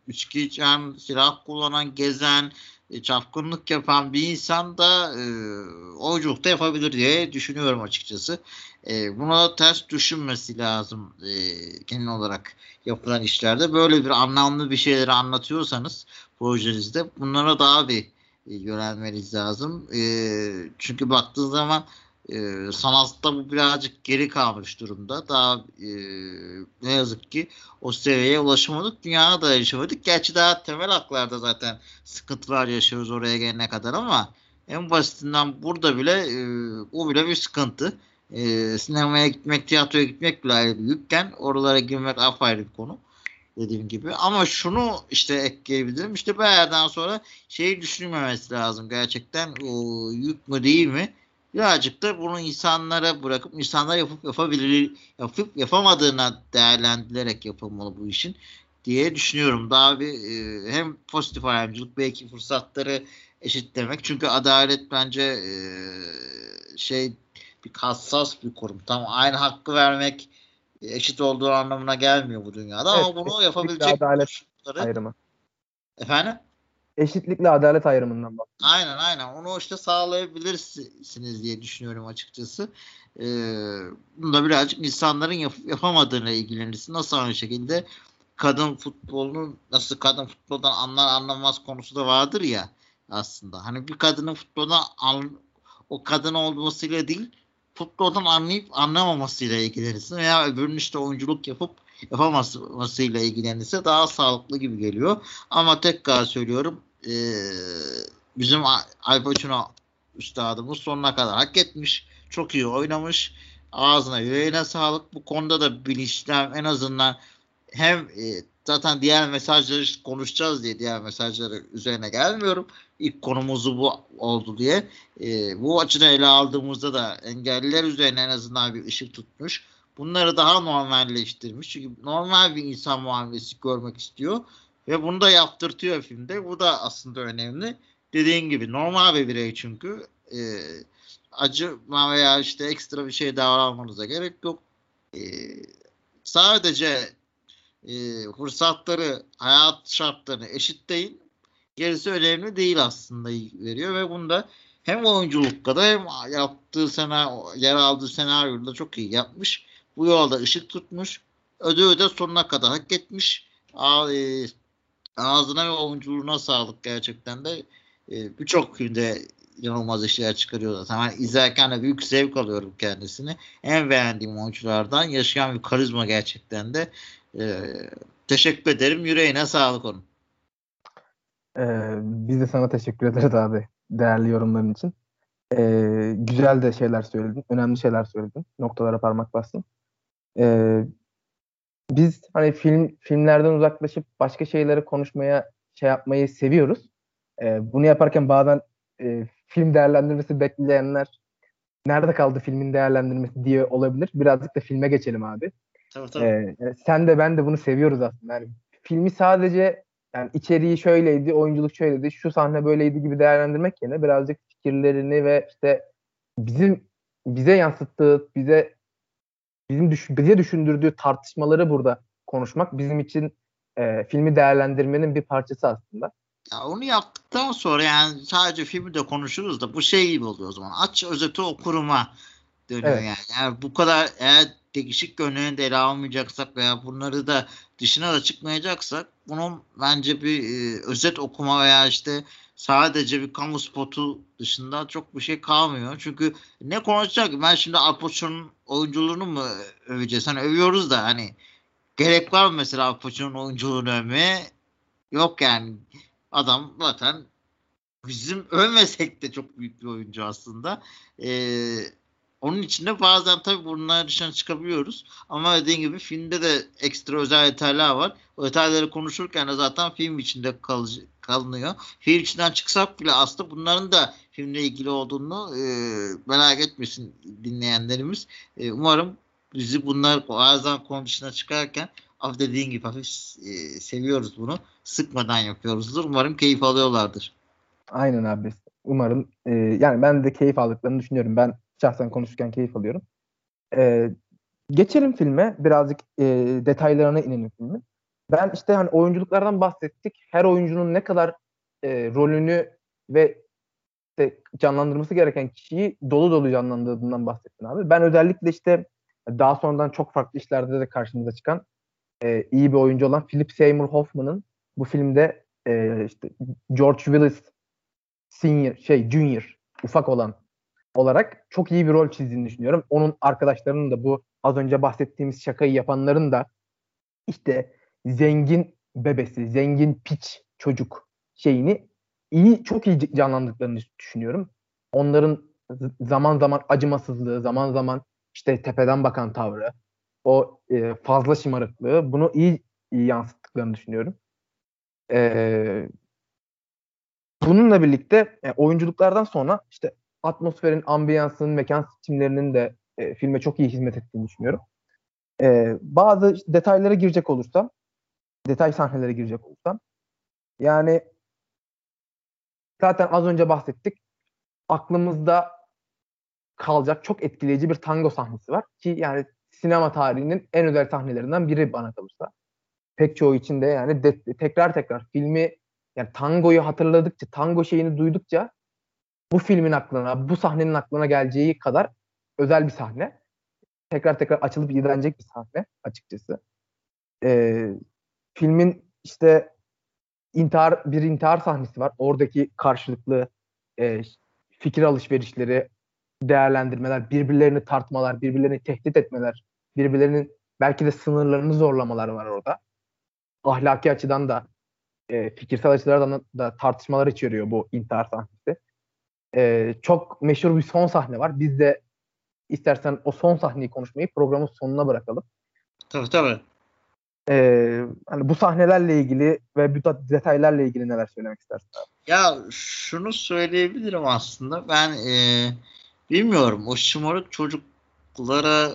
içki içen, silah kullanan, gezen, e, çapkınlık yapan bir insan da e, oyunculukta yapabilir diye düşünüyorum açıkçası. E, buna ters düşünmesi lazım e, genel olarak yapılan işlerde. Böyle bir anlamlı bir şeyleri anlatıyorsanız projenizde bunlara daha bir e, yönelmeniz lazım. E, çünkü baktığın zaman e, sanatta bu birazcık geri kalmış durumda. Daha e, ne yazık ki o seviyeye ulaşamadık. Dünyada da yaşamadık. Gerçi daha temel haklarda zaten sıkıntılar yaşıyoruz oraya gelene kadar ama en basitinden burada bile e, o bile bir sıkıntı. E, sinemaya gitmek, tiyatroya gitmek bile ayrı bir yükken oralara girmek apayrı bir konu dediğim gibi. Ama şunu işte ekleyebilirim. İşte bir yerden sonra şeyi düşünmemesi lazım. Gerçekten o yük mü değil mi? Birazcık da bunu insanlara bırakıp insanlar yapıp yapabilir, yapıp yapamadığına değerlendirilerek yapılmalı bu işin diye düşünüyorum. Daha bir e, hem pozitif ayrımcılık belki fırsatları eşitlemek. Çünkü adalet bence e, şey bir hassas bir kurum. Tam aynı hakkı vermek eşit olduğu anlamına gelmiyor bu dünyada Evet, ama bunu eşitlikle yapabilecek adalet koşulları ayrımı. efendim Eşitlikle adalet ayrımından bahsediyorum. aynen aynen onu işte sağlayabilirsiniz diye düşünüyorum açıkçası. Ee, bunu da birazcık insanların yap- yapamadığına ilgilenirsin. Nasıl aynı şekilde kadın futbolunun nasıl kadın futboldan anlar anlamaz konusu da vardır ya aslında. Hani bir kadının futboldan an, o kadın olmasıyla değil futboldan anlayıp anlamamasıyla ilgilenirsin veya öbürünün işte oyunculuk yapıp yapamasıyla ilgilenirse daha sağlıklı gibi geliyor. Ama tekrar söylüyorum eee, bizim Al Pacino üstadımız sonuna kadar hak etmiş. Çok iyi oynamış. Ağzına yüreğine sağlık. Bu konuda da bilinçlen en azından hem e, zaten diğer mesajları konuşacağız diye diğer mesajları üzerine gelmiyorum. İlk konumuzu bu oldu diye. E, bu açıdan ele aldığımızda da engelliler üzerine en azından bir ışık tutmuş. Bunları daha normalleştirmiş. Çünkü normal bir insan muamelesi görmek istiyor. Ve bunu da yaptırtıyor filmde. Bu da aslında önemli. Dediğin gibi normal bir birey çünkü. E, acı veya işte ekstra bir şey davranmanıza gerek yok. E, sadece e, fırsatları, hayat şartlarını eşitleyin. Gerisi önemli değil aslında veriyor ve bunda hem oyunculukta da hem yaptığı senaryo, yer aldığı senaryoda çok iyi yapmış. Bu yolda ışık tutmuş. Ödülü de sonuna kadar hak etmiş. A, e, ağzına ve oyunculuğuna sağlık gerçekten de. E, birçok filmde inanılmaz işler çıkarıyor zaten. Ben izlerken de büyük zevk alıyorum kendisini. En beğendiğim oyunculardan yaşayan bir karizma gerçekten de. E, teşekkür ederim. Yüreğine sağlık onun. Ee, biz de sana teşekkür ederiz abi değerli yorumların için. Ee, güzel de şeyler söyledin. Önemli şeyler söyledin. Noktalara parmak bastın. Ee, biz hani film filmlerden uzaklaşıp başka şeyleri konuşmaya şey yapmayı seviyoruz. Ee, bunu yaparken bazen e, film değerlendirmesi bekleyenler nerede kaldı filmin değerlendirmesi diye olabilir. Birazcık da filme geçelim abi. Tabii tabii. Ee, sen de ben de bunu seviyoruz aslında. Yani filmi sadece yani içeriği şöyleydi, oyunculuk şöyleydi, şu sahne böyleydi gibi değerlendirmek yerine birazcık fikirlerini ve işte bizim bize yansıttığı, bize bizim düş bize düşündürdüğü tartışmaları burada konuşmak bizim için e, filmi değerlendirmenin bir parçası aslında. Ya onu yaptıktan sonra yani sadece filmi de konuşuruz da bu şey gibi oluyor o zaman. Aç özeti okuruma dönüyor Evet. yani. Yani bu kadar eğer değişik yönlerini de ele almayacaksak veya bunları da dışına da çıkmayacaksak bunun bence bir e, özet okuma veya işte sadece bir kamu spotu dışında çok bir şey kalmıyor. Çünkü ne konuşacak ki? Ben şimdi Al Pacino'nun oyunculuğunu mu öveceğiz? Hani övüyoruz da hani gerek var mı mesela Al Pacino'nun oyunculuğunu övmeye? Yok yani. Adam zaten bizim övmesek de çok büyük bir oyuncu aslında. Ee, onun için de bazen tabii bunlar dışına çıkabiliyoruz. Ama dediğim gibi filmde de ekstra özel detaylar var. O detayları konuşurken de zaten film içinde kalıcı, kalınıyor. Film içinden çıksak bile aslında bunların da filmle ilgili olduğunu e, merak etmesin dinleyenlerimiz. E, umarım bizi bunlar bazen konu dışına çıkarken af dediğin gibi hafif e, seviyoruz bunu. Sıkmadan yapıyoruzdur. Umarım keyif alıyorlardır. Aynen abi. Umarım e, yani ben de keyif aldıklarını düşünüyorum. Ben şahsen konuşurken keyif alıyorum. E, geçelim filme. Birazcık e, detaylarına inelim filmin. Ben işte hani oyunculuklardan bahsettik. Her oyuncunun ne kadar e, rolünü ve işte canlandırması gereken kişiyi dolu dolu canlandırdığından bahsettin abi. Ben özellikle işte daha sonradan çok farklı işlerde de karşımıza çıkan e, iyi bir oyuncu olan Philip Seymour Hoffman'ın bu filmde e, işte George Willis Senior şey Junior ufak olan olarak çok iyi bir rol çizdiğini düşünüyorum. Onun arkadaşlarının da bu az önce bahsettiğimiz şakayı yapanların da işte zengin bebesi, zengin piç çocuk şeyini iyi, çok iyi canlandırdıklarını düşünüyorum. Onların zaman zaman acımasızlığı, zaman zaman işte tepeden bakan tavrı, o e, fazla şımarıklığı bunu iyi, iyi yansıttıklarını düşünüyorum. E, Bununla birlikte e, oyunculuklardan sonra işte atmosferin, ambiyansın, mekan seçimlerinin de e, filme çok iyi hizmet ettiğini düşünüyorum. E, bazı işte detaylara girecek olursam, detay sahnelere girecek olursam, yani zaten az önce bahsettik. Aklımızda kalacak çok etkileyici bir tango sahnesi var ki yani sinema tarihinin en özel sahnelerinden biri bana kalırsa. Pek çoğu için de yani de, tekrar tekrar filmi, yani tangoyu hatırladıkça, tango şeyini duydukça bu filmin aklına, bu sahnenin aklına geleceği kadar özel bir sahne. Tekrar tekrar açılıp izlenecek bir sahne açıkçası. Ee, Filmin işte intihar bir intihar sahnesi var. Oradaki karşılıklı e, fikir alışverişleri, değerlendirmeler, birbirlerini tartmalar, birbirlerini tehdit etmeler, birbirlerinin belki de sınırlarını zorlamalar var orada. Ahlaki açıdan da e, fikirsel açıdan da, da tartışmalar içeriyor bu intihar sahnesi. E, çok meşhur bir son sahne var. Biz de istersen o son sahneyi konuşmayı programın sonuna bırakalım. Tabii tabii. E, Hani bu sahnelerle ilgili ve bu detaylarla ilgili neler söylemek istersin abi? Ya şunu söyleyebilirim aslında. Ben e, bilmiyorum, o şımarık çocuklara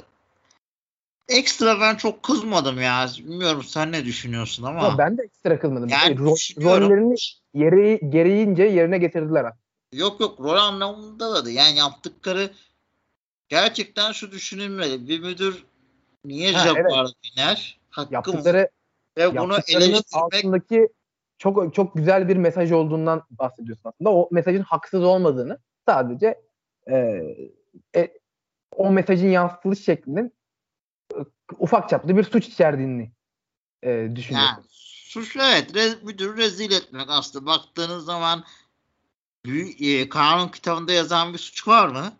ekstra ben çok kızmadım ya. Bilmiyorum sen ne düşünüyorsun Ama ama ben de ekstra kılmadım. yani E, ro- düşünüyorum. rollerini yeri, gereğince yerine getirdiler. Yok yok, rol anlamında da değil. Yani yaptıkları gerçekten şu düşünülmeli. Bir müdür niye Ha evet. Jaguar'a biner? Hakkı mı? Yaptıkları Ve bunu yaptıklarının eleştirmek, altındaki çok çok güzel bir mesaj olduğundan bahsediyorsun aslında. O mesajın haksız olmadığını, sadece e, e, o mesajın yansıtılış şeklinin e, ufak çaplı bir suç içerdiğini e, yani düşünüyorsun. suç, evet, re, müdürü rezil etmek aslında. Baktığınız zaman büyük, e, kanun kitabında yazan bir suç var mı?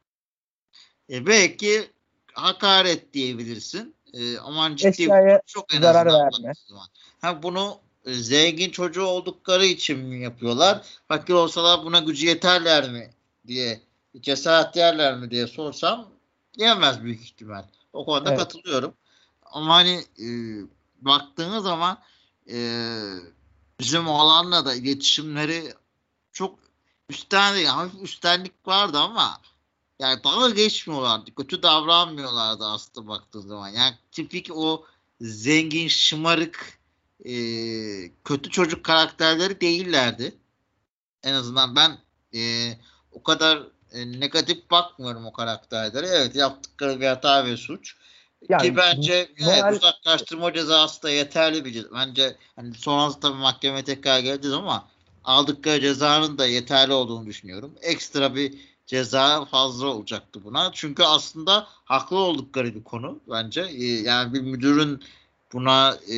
E, belki hakaret diyebilirsin. E, aman ciddi bir Eşyaya suç yok en zarar azından verme. baktığınız zaman. Ha, bunu e, zengin çocuğu oldukları için mi yapıyorlar? Fakir olsalar buna gücü yeterler mi diye, cesaret yerler mi diye sorsam diyemez büyük ihtimal. O konuda Evet. katılıyorum. Ama hani e, baktığınız zaman e, bizim oğlanla da iletişimleri çok üstten değil, hafif üsttenlik vardı ama yani dalga geçmiyorlardı. Kötü davranmıyorlardı aslında baktığın zaman. Yani tipik o zengin, şımarık, e, kötü çocuk karakterleri değillerdi. En azından ben e, o kadar e, negatif bakmıyorum o karakterlere. Evet, yaptıkları bir hata ve suç. Ki Yani bence evet, moral, uzaklaştırma cezası da yeterli bir ceza. Bence hani sonrasında tabii mahkemeye tekrar geleceğiz ama aldıkları cezanın da yeterli olduğunu düşünüyorum. Ekstra bir ceza fazla olacaktı buna. Çünkü aslında haklı oldukları bir konu bence. Ee, yani bir müdürün buna e,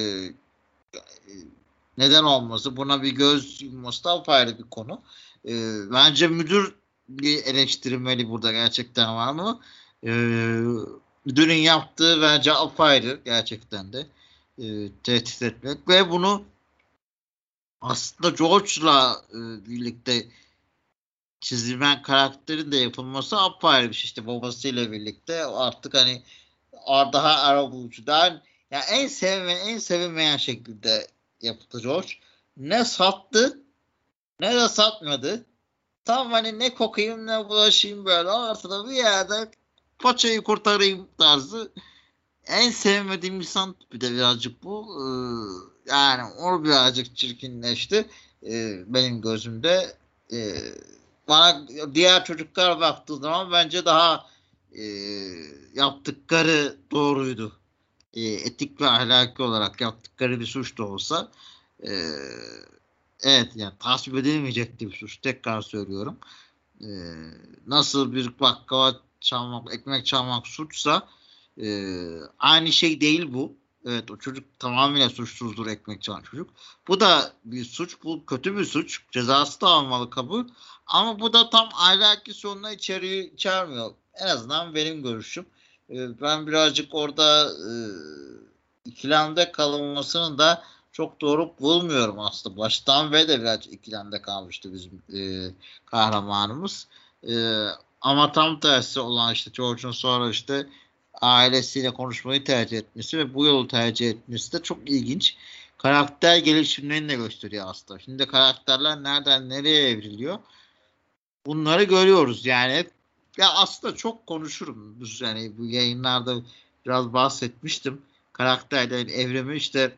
neden olması, buna bir göz yumması da apayrı bir konu. E, bence müdür bir eleştirilmeli burada, gerçekten var mı? E, Müdürün yaptığı bence apayrı gerçekten de, e, tehdit etmek ve bunu aslında George'la e, birlikte çizilen karakterin de yapılması apayrı bir şey. İşte babasıyla birlikte artık hani daha arabulucu, daha yani en sevmeyen, en sevilmeyen şekilde yaptı George. Ne sattı ne de satmadı. Tam hani ne kokayım ne bulaşayım, böyle ortada bir yerde paçayı kurtarayım tarzı. En sevmediğim insan tipi de birazcık bu. Ee, yani o birazcık çirkinleşti ee, benim gözümde. Ee, Bana diğer çocuklar baktığı zaman bence daha e, yaptıkları doğruydu. e, etik ve ahlaki olarak yaptıkları bir suç da olsa e, evet yani tasvip edilmeyecek bir suç. Tekrar söylüyorum. E, nasıl bir bakkala çalmak, ekmek çalmak suçsa e, aynı şey değil bu. Evet o çocuk tamamıyla suçsuzdur, ekmek çalan çocuk. Bu da bir suç. Bu kötü bir suç. Cezası da almalı kabul. Ama bu da tam ahlaki sorunla içeriği içermiyor. En azından benim görüşüm. E, ben birazcık orada e, ikilemde kalınmasını da çok doğru bulmuyorum aslında. Baştan beri de biraz ikilemde kalmıştı bizim e, kahramanımız. E, ama tam tersi olan işte George'un sonra işte ailesiyle konuşmayı tercih etmesi ve bu yolu tercih etmesi de çok ilginç. Karakter gelişimlerini de gösteriyor aslında. Şimdi karakterler nereden nereye evriliyor? Bunları görüyoruz yani. Ya aslında çok konuşurum. Yani bu yayınlarda biraz bahsetmiştim. Karakterlerin evrimi işte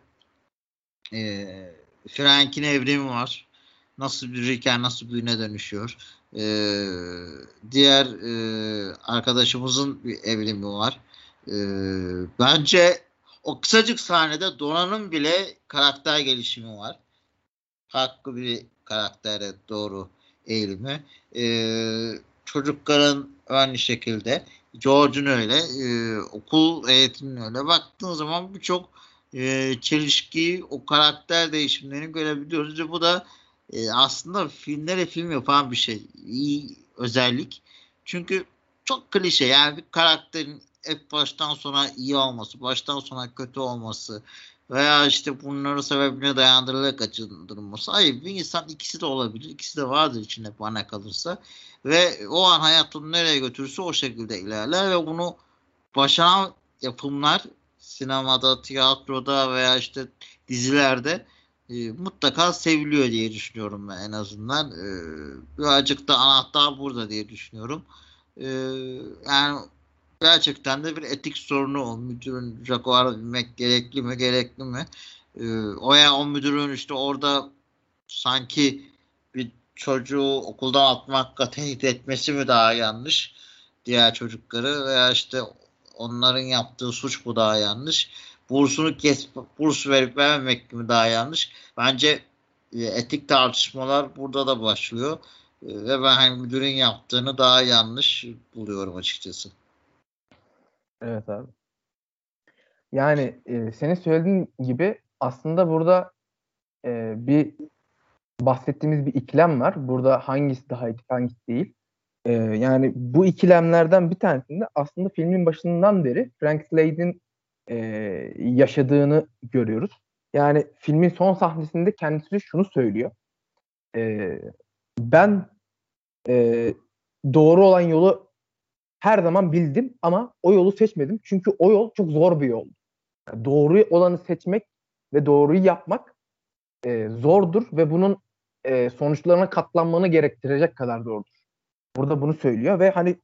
e, Frank'in evrimi var. Nasıl büyürken nasıl büyüğüne dönüşüyor. E, diğer e, arkadaşımızın bir evrimi var. E, bence o kısacık sahnede Dona'nın bile karakter gelişimi var. Farklı bir karaktere doğru eğilimi. Ee, çocukların aynı şekilde. George'un öyle. E, okul eğitiminin öyle. Baktığın zaman birçok e, çelişki, o karakter değişimlerini görebiliyoruz. Ve bu da e, aslında filmlere film yapan bir şey. İyi özellik. Çünkü çok klişe. Yani bir karakterin hep baştan sona iyi olması, baştan sona kötü olması, veya işte bunların sebebine dayandırılarak açıldırılması. Hayır bir insan ikisi de olabilir. İkisi de vardır içinde bana kalırsa. Ve o an hayatını nereye götürürse o şekilde ilerler ve bunu başaran yapımlar sinemada, tiyatroda veya işte dizilerde e, mutlaka seviliyor diye düşünüyorum ben en azından. E, birazcık da anahtar burada diye düşünüyorum. E, yani gerçekten de bir etik sorunu o. Müdürün Jaguar'a binmek gerekli mi, gerekli mi? Ee, o ya o müdürün işte orada sanki bir çocuğu okuldan atmakla tehdit etmesi mi daha yanlış? Diğer çocukları veya işte onların yaptığı suç mu daha yanlış? Bursunu kes, burs verip vermemek mi daha yanlış? Bence e, etik tartışmalar burada da başlıyor. E, ve ben hani müdürün yaptığını daha yanlış buluyorum açıkçası. Evet abi. Yani e, senin söylediğin gibi aslında burada e, bir bahsettiğimiz bir ikilem var. Burada hangisi daha etik, hangisi değil. E, yani bu ikilemlerden bir tanesinde aslında filmin başından beri Frank Slade'in e, yaşadığını görüyoruz. Yani filmin son sahnesinde kendisi şunu söylüyor. E, ben e, doğru olan yolu her zaman bildim ama o yolu seçmedim. Çünkü o yol çok zor bir yol. Yani doğru olanı seçmek ve doğruyu yapmak e, zordur ve bunun e, sonuçlarına katlanmanı gerektirecek kadar zordur. Burada bunu söylüyor ve hani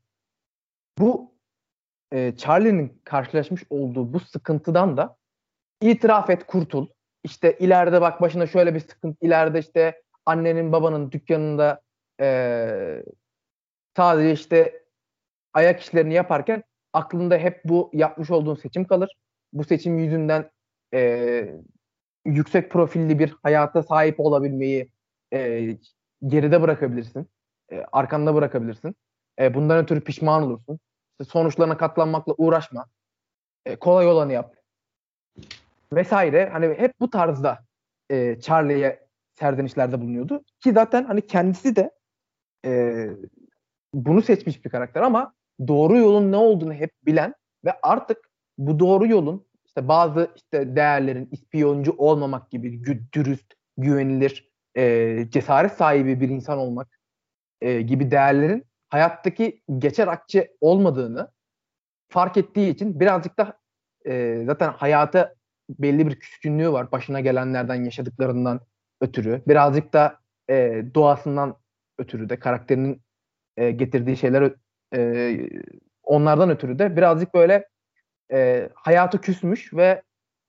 bu e, Charlie'nin karşılaşmış olduğu bu sıkıntıdan da itiraf et kurtul. İşte ileride bak başına şöyle bir sıkıntı, ileride işte annenin babanın dükkanında e, sadece işte ayak işlerini yaparken aklında hep bu yapmış olduğun seçim kalır. Bu seçim yüzünden e, yüksek profilli bir hayata sahip olabilmeyi e, geride bırakabilirsin. E, arkanda bırakabilirsin. E, bundan ötürü pişman olursun. İşte sonuçlarına katlanmakla uğraşma. E, kolay olanı yap. Vesaire. Hani hep bu tarzda e, Charlie'ye serzenişlerde bulunuyordu. Ki zaten hani kendisi de e, bunu seçmiş bir karakter ama doğru yolun ne olduğunu hep bilen ve artık bu doğru yolun işte bazı işte değerlerin ispiyoncu olmamak gibi gü- dürüst, güvenilir, e, cesaret sahibi bir insan olmak e, gibi değerlerin hayattaki geçer akçe olmadığını fark ettiği için birazcık da e, zaten hayata belli bir küskünlüğü var başına gelenlerden, yaşadıklarından ötürü. Birazcık da e, doğasından ötürü de karakterinin e, getirdiği şeyler e, onlardan ötürü de birazcık böyle e, hayatı küsmüş ve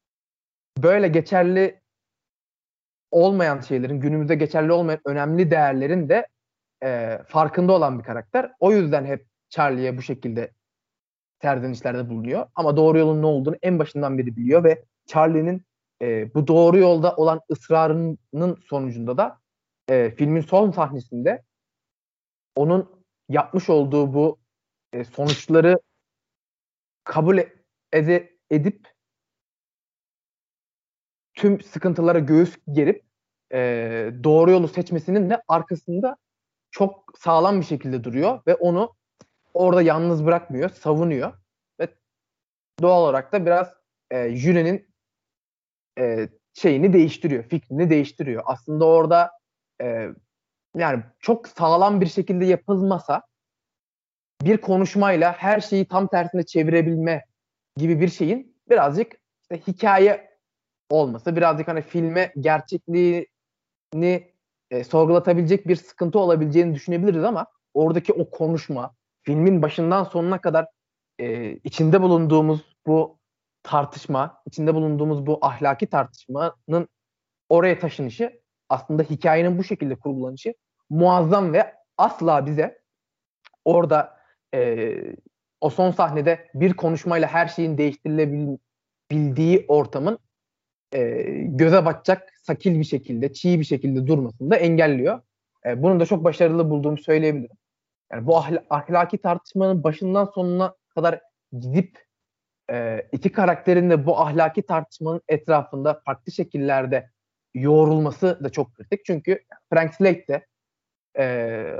böyle geçerli olmayan şeylerin, günümüzde geçerli olmayan önemli değerlerin de e, farkında olan bir karakter. O yüzden hep Charlie'ye bu şekilde serzenişlerde bulunuyor. Ama doğru yolun ne olduğunu en başından beri biliyor ve Charlie'nin e, bu doğru yolda olan ısrarının sonucunda da e, filmin son sahnesinde onun yapmış olduğu bu e, sonuçları kabul ede, edip tüm sıkıntılara göğüs gerip e, doğru yolu seçmesinin de arkasında çok sağlam bir şekilde duruyor ve onu orada yalnız bırakmıyor, savunuyor ve doğal olarak da biraz e, jürinin e, şeyini değiştiriyor, fikrini değiştiriyor. Aslında orada e, yani çok sağlam bir şekilde yapılmasa bir konuşmayla her şeyi tam tersine çevirebilme gibi bir şeyin birazcık işte hikaye olması, birazcık hani filme gerçekliğini e, sorgulatabilecek bir sıkıntı olabileceğini düşünebiliriz ama oradaki o konuşma, filmin başından sonuna kadar e, içinde bulunduğumuz bu tartışma, içinde bulunduğumuz bu ahlaki tartışmanın oraya taşınışı, aslında hikayenin bu şekilde kurgulanışı muazzam ve asla bize orada e, o son sahnede bir konuşmayla her şeyin değiştirilebildiği ortamın e, göze batacak, sakil bir şekilde, çiğ bir şekilde durmasını da engelliyor. E, bunu da çok başarılı bulduğumu söyleyebilirim. Yani bu ahl- ahlaki tartışmanın başından sonuna kadar gidip e, iki karakterin de bu ahlaki tartışmanın etrafında farklı şekillerde yoğrulması da çok kritik. Çünkü Frank Slade de e,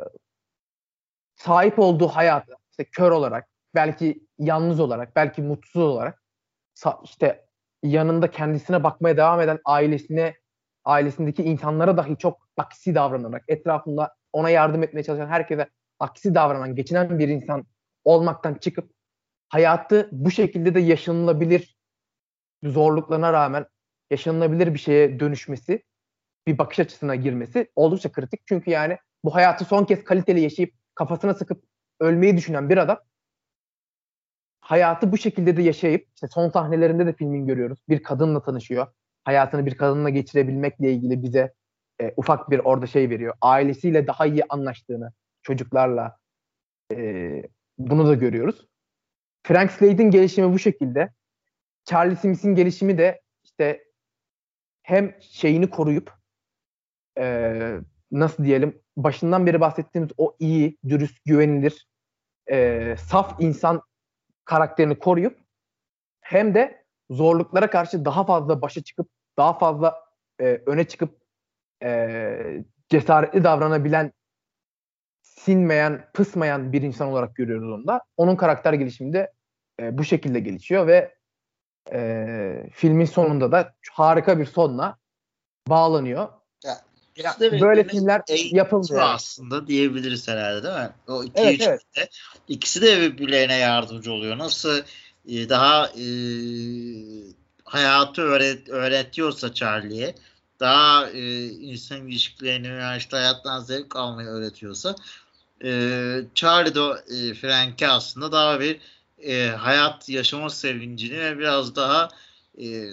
sahip olduğu hayatı işte kör olarak, belki yalnız olarak, belki mutsuz olarak işte yanında kendisine bakmaya devam eden ailesine, ailesindeki insanlara dahi çok aksi davranarak, etrafında ona yardım etmeye çalışan herkese aksi davranan, geçinen bir insan olmaktan çıkıp hayatı bu şekilde de yaşanılabilir zorluklarına rağmen yaşanılabilir bir şeye dönüşmesi, bir bakış açısına girmesi oldukça kritik. Çünkü yani bu hayatı son kez kaliteli yaşayıp kafasına sıkıp ölmeyi düşünen bir adam hayatı bu şekilde de yaşayıp işte son sahnelerinde de filmin görüyoruz. Bir kadınla tanışıyor. Hayatını bir kadınla geçirebilmekle ilgili bize e, ufak bir orada şey veriyor. Ailesiyle daha iyi anlaştığını, çocuklarla e, bunu da görüyoruz. Frank Slade'in gelişimi bu şekilde. Charlie Smith'in gelişimi de işte hem şeyini koruyup e, nasıl diyelim başından beri bahsettiğimiz o iyi, dürüst, güvenilir, e, saf insan karakterini koruyup hem de zorluklara karşı daha fazla başa çıkıp daha fazla e, öne çıkıp e, cesaretli davranabilen, sinmeyen, pısmayan bir insan olarak görüyoruz onu da. Onun karakter gelişimi de e, bu şekilde gelişiyor ve e, filmin sonunda da harika bir sonla bağlanıyor. Ya, Ya, işte böyle birbirini filmler yapılmıyor. eğitiyor aslında diyebiliriz herhalde, değil mi? O iki Evet, üç evet. filmde ikisi de birbirlerine yardımcı oluyor. Nasıl e, daha e, hayatı öğret öğretiyorsa Charlie'ye, daha e, insan ilişkilerini veya işte hayattan zevk almayı öğretiyorsa, e, Charlie de e, Frank'e aslında daha bir e, hayat yaşama sevincini ve biraz daha e,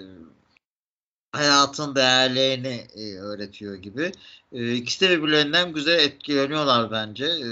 hayatın değerlerini e, öğretiyor gibi. E, ikisi de birbirlerinden güzel etkileniyorlar bence. E,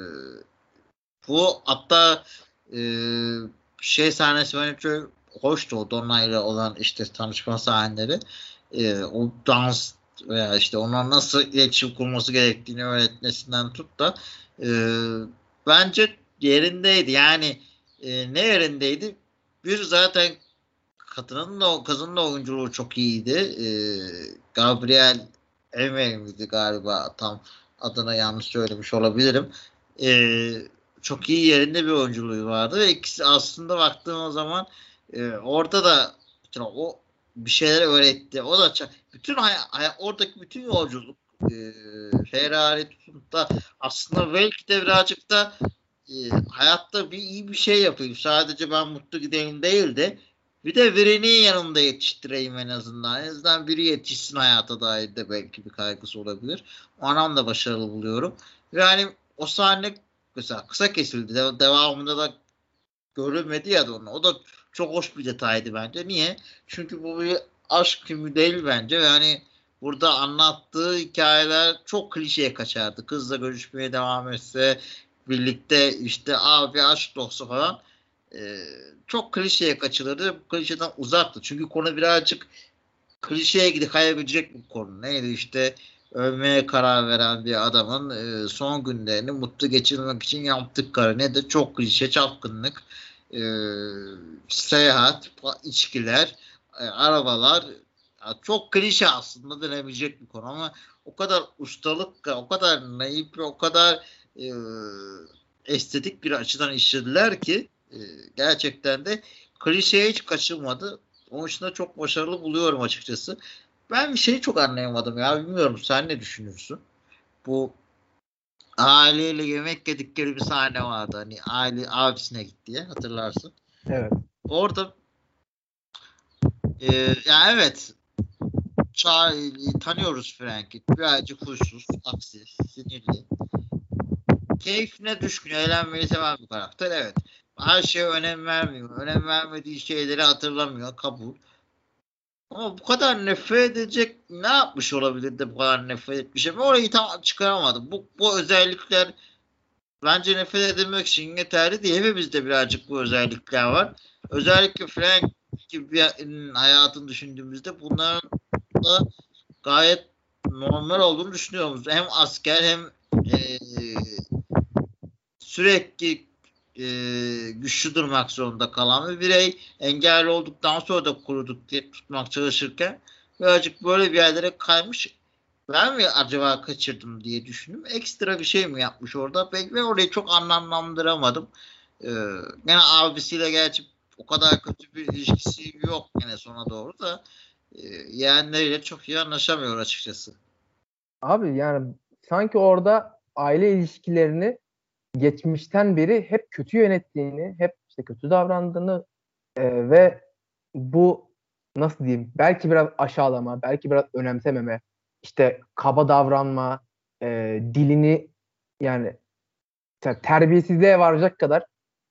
bu hatta e, şey sahnesi bence çok hoştu, o Donna'yla olan işte tanışma sahneleri. E, o dans veya işte ona nasıl iletişim kurması gerektiğini öğretmesinden tut da e, bence yerindeydi. Yani e, ne yerindeydi? Bir zaten kadının da kızın da oyunculuğu çok iyiydi. Ee, Gabriel Emery'di galiba, tam adına yanlış söylemiş olabilirim. Ee, çok iyi yerinde bir oyunculuğu vardı ve ikisi aslında baktığımız zaman e, orada da işte o bir şeyler öğretti. O da çok, bütün hay- hay- oradaki bütün yolculuk e, Ferrari tutup da aslında belki de birazcık da e, hayatta bir iyi bir şey yapayım. Sadece ben mutlu gideyim değil de bir de birinin yanında yetiştireyim en azından. En azından biri yetişsin hayata dair de belki bir kaygısı olabilir. O anlamda başarılı buluyorum. Yani o sahne mesela kısa kesildi. De- devamında da görülmedi ya da onu. O da çok hoş bir detaydı bence. Niye? Çünkü bu bir aşk filmi değil bence. Yani burada anlattığı hikayeler çok klişeye kaçardı. Kızla görüşmeye devam etse, birlikte işte abi aşk dostu falan. e, çok klişeye kaçılırdı. Bu klişeden uzaktı. Çünkü konu birazcık klişeye gidip kayabilecek bir konu. Neydi işte ölmeye karar veren bir adamın e, son günlerini mutlu geçirmek için yaptıkları ne de çok klişe çapkınlık, e, seyahat, içkiler, e, arabalar, ya çok klişe aslında denebilecek bir konu ama o kadar ustalık, o kadar naif ve o kadar e, estetik bir açıdan işlediler ki e, gerçekten de klişeye hiç kaçılmadı. Onun için de çok başarılı buluyorum açıkçası. Ben bir şeyi çok anlayamadım ya. Bilmiyorum sen ne düşünüyorsun? Bu aileyle yemek yedikleri bir sahne vardı. Hani aile abisine gitti diye hatırlarsın. Evet. Orada e, ya evet ça- tanıyoruz Frank'i. Birazcık huysuz, aksi, sinirli. Keyfine düşkün, eğlenmeyi seven bir karakter. Evet. Her şeye önem vermiyor. Önem vermediği şeyleri hatırlamıyor. Kabul. Ama bu kadar nefret edecek ne yapmış olabilir de bu kadar nefret etmiş? Ben orayı tam çıkaramadım. Bu, bu özellikler bence nefret edilmek için yeterli değil. Hepimizde birazcık bu özellikler var. Özellikle Frank gibi birinin hayatını düşündüğümüzde bunların da gayet normal olduğunu düşünüyoruz. Hem asker hem e, sürekli e, güçlü durmak zorunda kalan bir birey, engelli olduktan sonra da kuruduk diye tutmak çalışırken birazcık böyle bir yerlere kaymış. Ben mi acaba kaçırdım diye düşündüm. Ekstra bir şey mi yapmış orada? Ben, ben orayı çok anlamlandıramadım. Ee, Gene abisiyle gerçi o kadar kötü bir ilişkisi yok yine sona doğru da e, yeğenleriyle çok iyi anlaşamıyor açıkçası. Abi yani sanki orada aile ilişkilerini geçmişten beri hep kötü yönettiğini, hep işte kötü davrandığını e, ve bu nasıl diyeyim? Belki biraz aşağılama, belki biraz önemsememe, işte kaba davranma, e, dilini yani te- terbiyesizliğe varacak kadar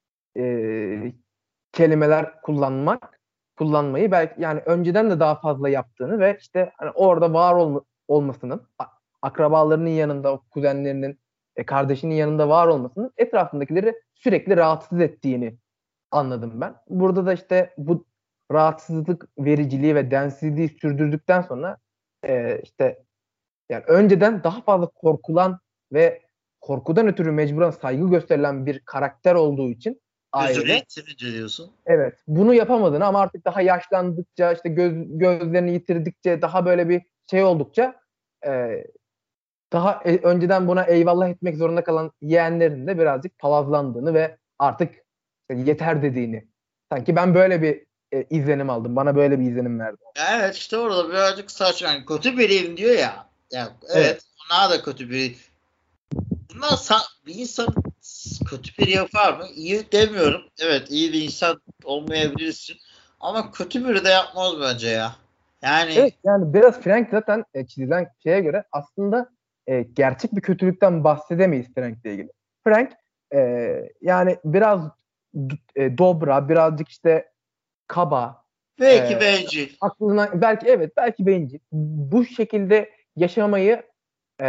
e, kelimeler kullanmak, kullanmayı belki yani önceden de daha fazla yaptığını ve işte hani orada var olma, olmasının, a- akrabalarının yanında, o kuzenlerinin, e, kardeşinin yanında var olmasının etrafındakileri sürekli rahatsız ettiğini anladım ben. Burada da işte bu rahatsızlık vericiliği ve densizliği sürdürdükten sonra e, işte yani önceden daha fazla korkulan ve korkudan ötürü mecburen saygı gösterilen bir karakter olduğu için Gözünü ailede yitirince diyorsun. evet bunu yapamadığını ama artık daha yaşlandıkça işte göz, gözlerini yitirdikçe daha böyle bir şey oldukça e, daha e, önceden buna eyvallah etmek zorunda kalan yeğenlerin de birazcık palazlandığını ve artık işte yeter dediğini sanki ben böyle bir e, izlenim aldım. Bana böyle bir izlenim verdi. Ya evet işte orada birazcık saçma. Yani kötü biriyim diyor ya. Ya Evet. evet onlar da kötü biri. Bunlar sa- bir insan kötü biri yapar mı? İyi demiyorum. Evet iyi bir insan olmayabilirsin. Ama kötü biri de yapmaz bence ya. Yani Evet yani biraz Frank zaten e, çizilen şeye göre aslında e, gerçek bir kötülükten bahsedemeyiz Frank'le ilgili. Frank e, yani biraz d- e, dobra, birazcık işte kaba, belki e, bencil. aklına belki evet belki bencil. Bu şekilde yaşamayı e,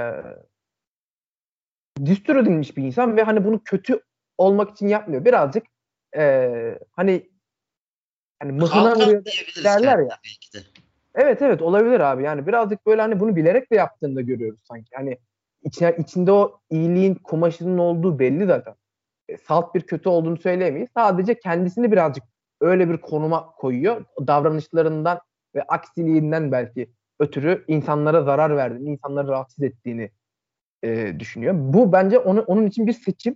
düstur edilmiş bir insan ve hani bunu kötü olmak için yapmıyor. Birazcık e, hani hani mıhına Kalkan vuruyor diyebiliriz derler kendine ya. belki de. Evet evet olabilir abi. Yani birazcık böyle hani bunu bilerek de yaptığını da görüyoruz sanki. Hani içine, içinde o iyiliğin kumaşının olduğu belli zaten. E, salt bir kötü olduğunu söyleyemeyiz. Sadece kendisini birazcık öyle bir konuma koyuyor. Davranışlarından ve aksiliğinden belki ötürü insanlara zarar verdiğini, insanları rahatsız ettiğini e, düşünüyor. Bu bence onu, onun için bir seçim.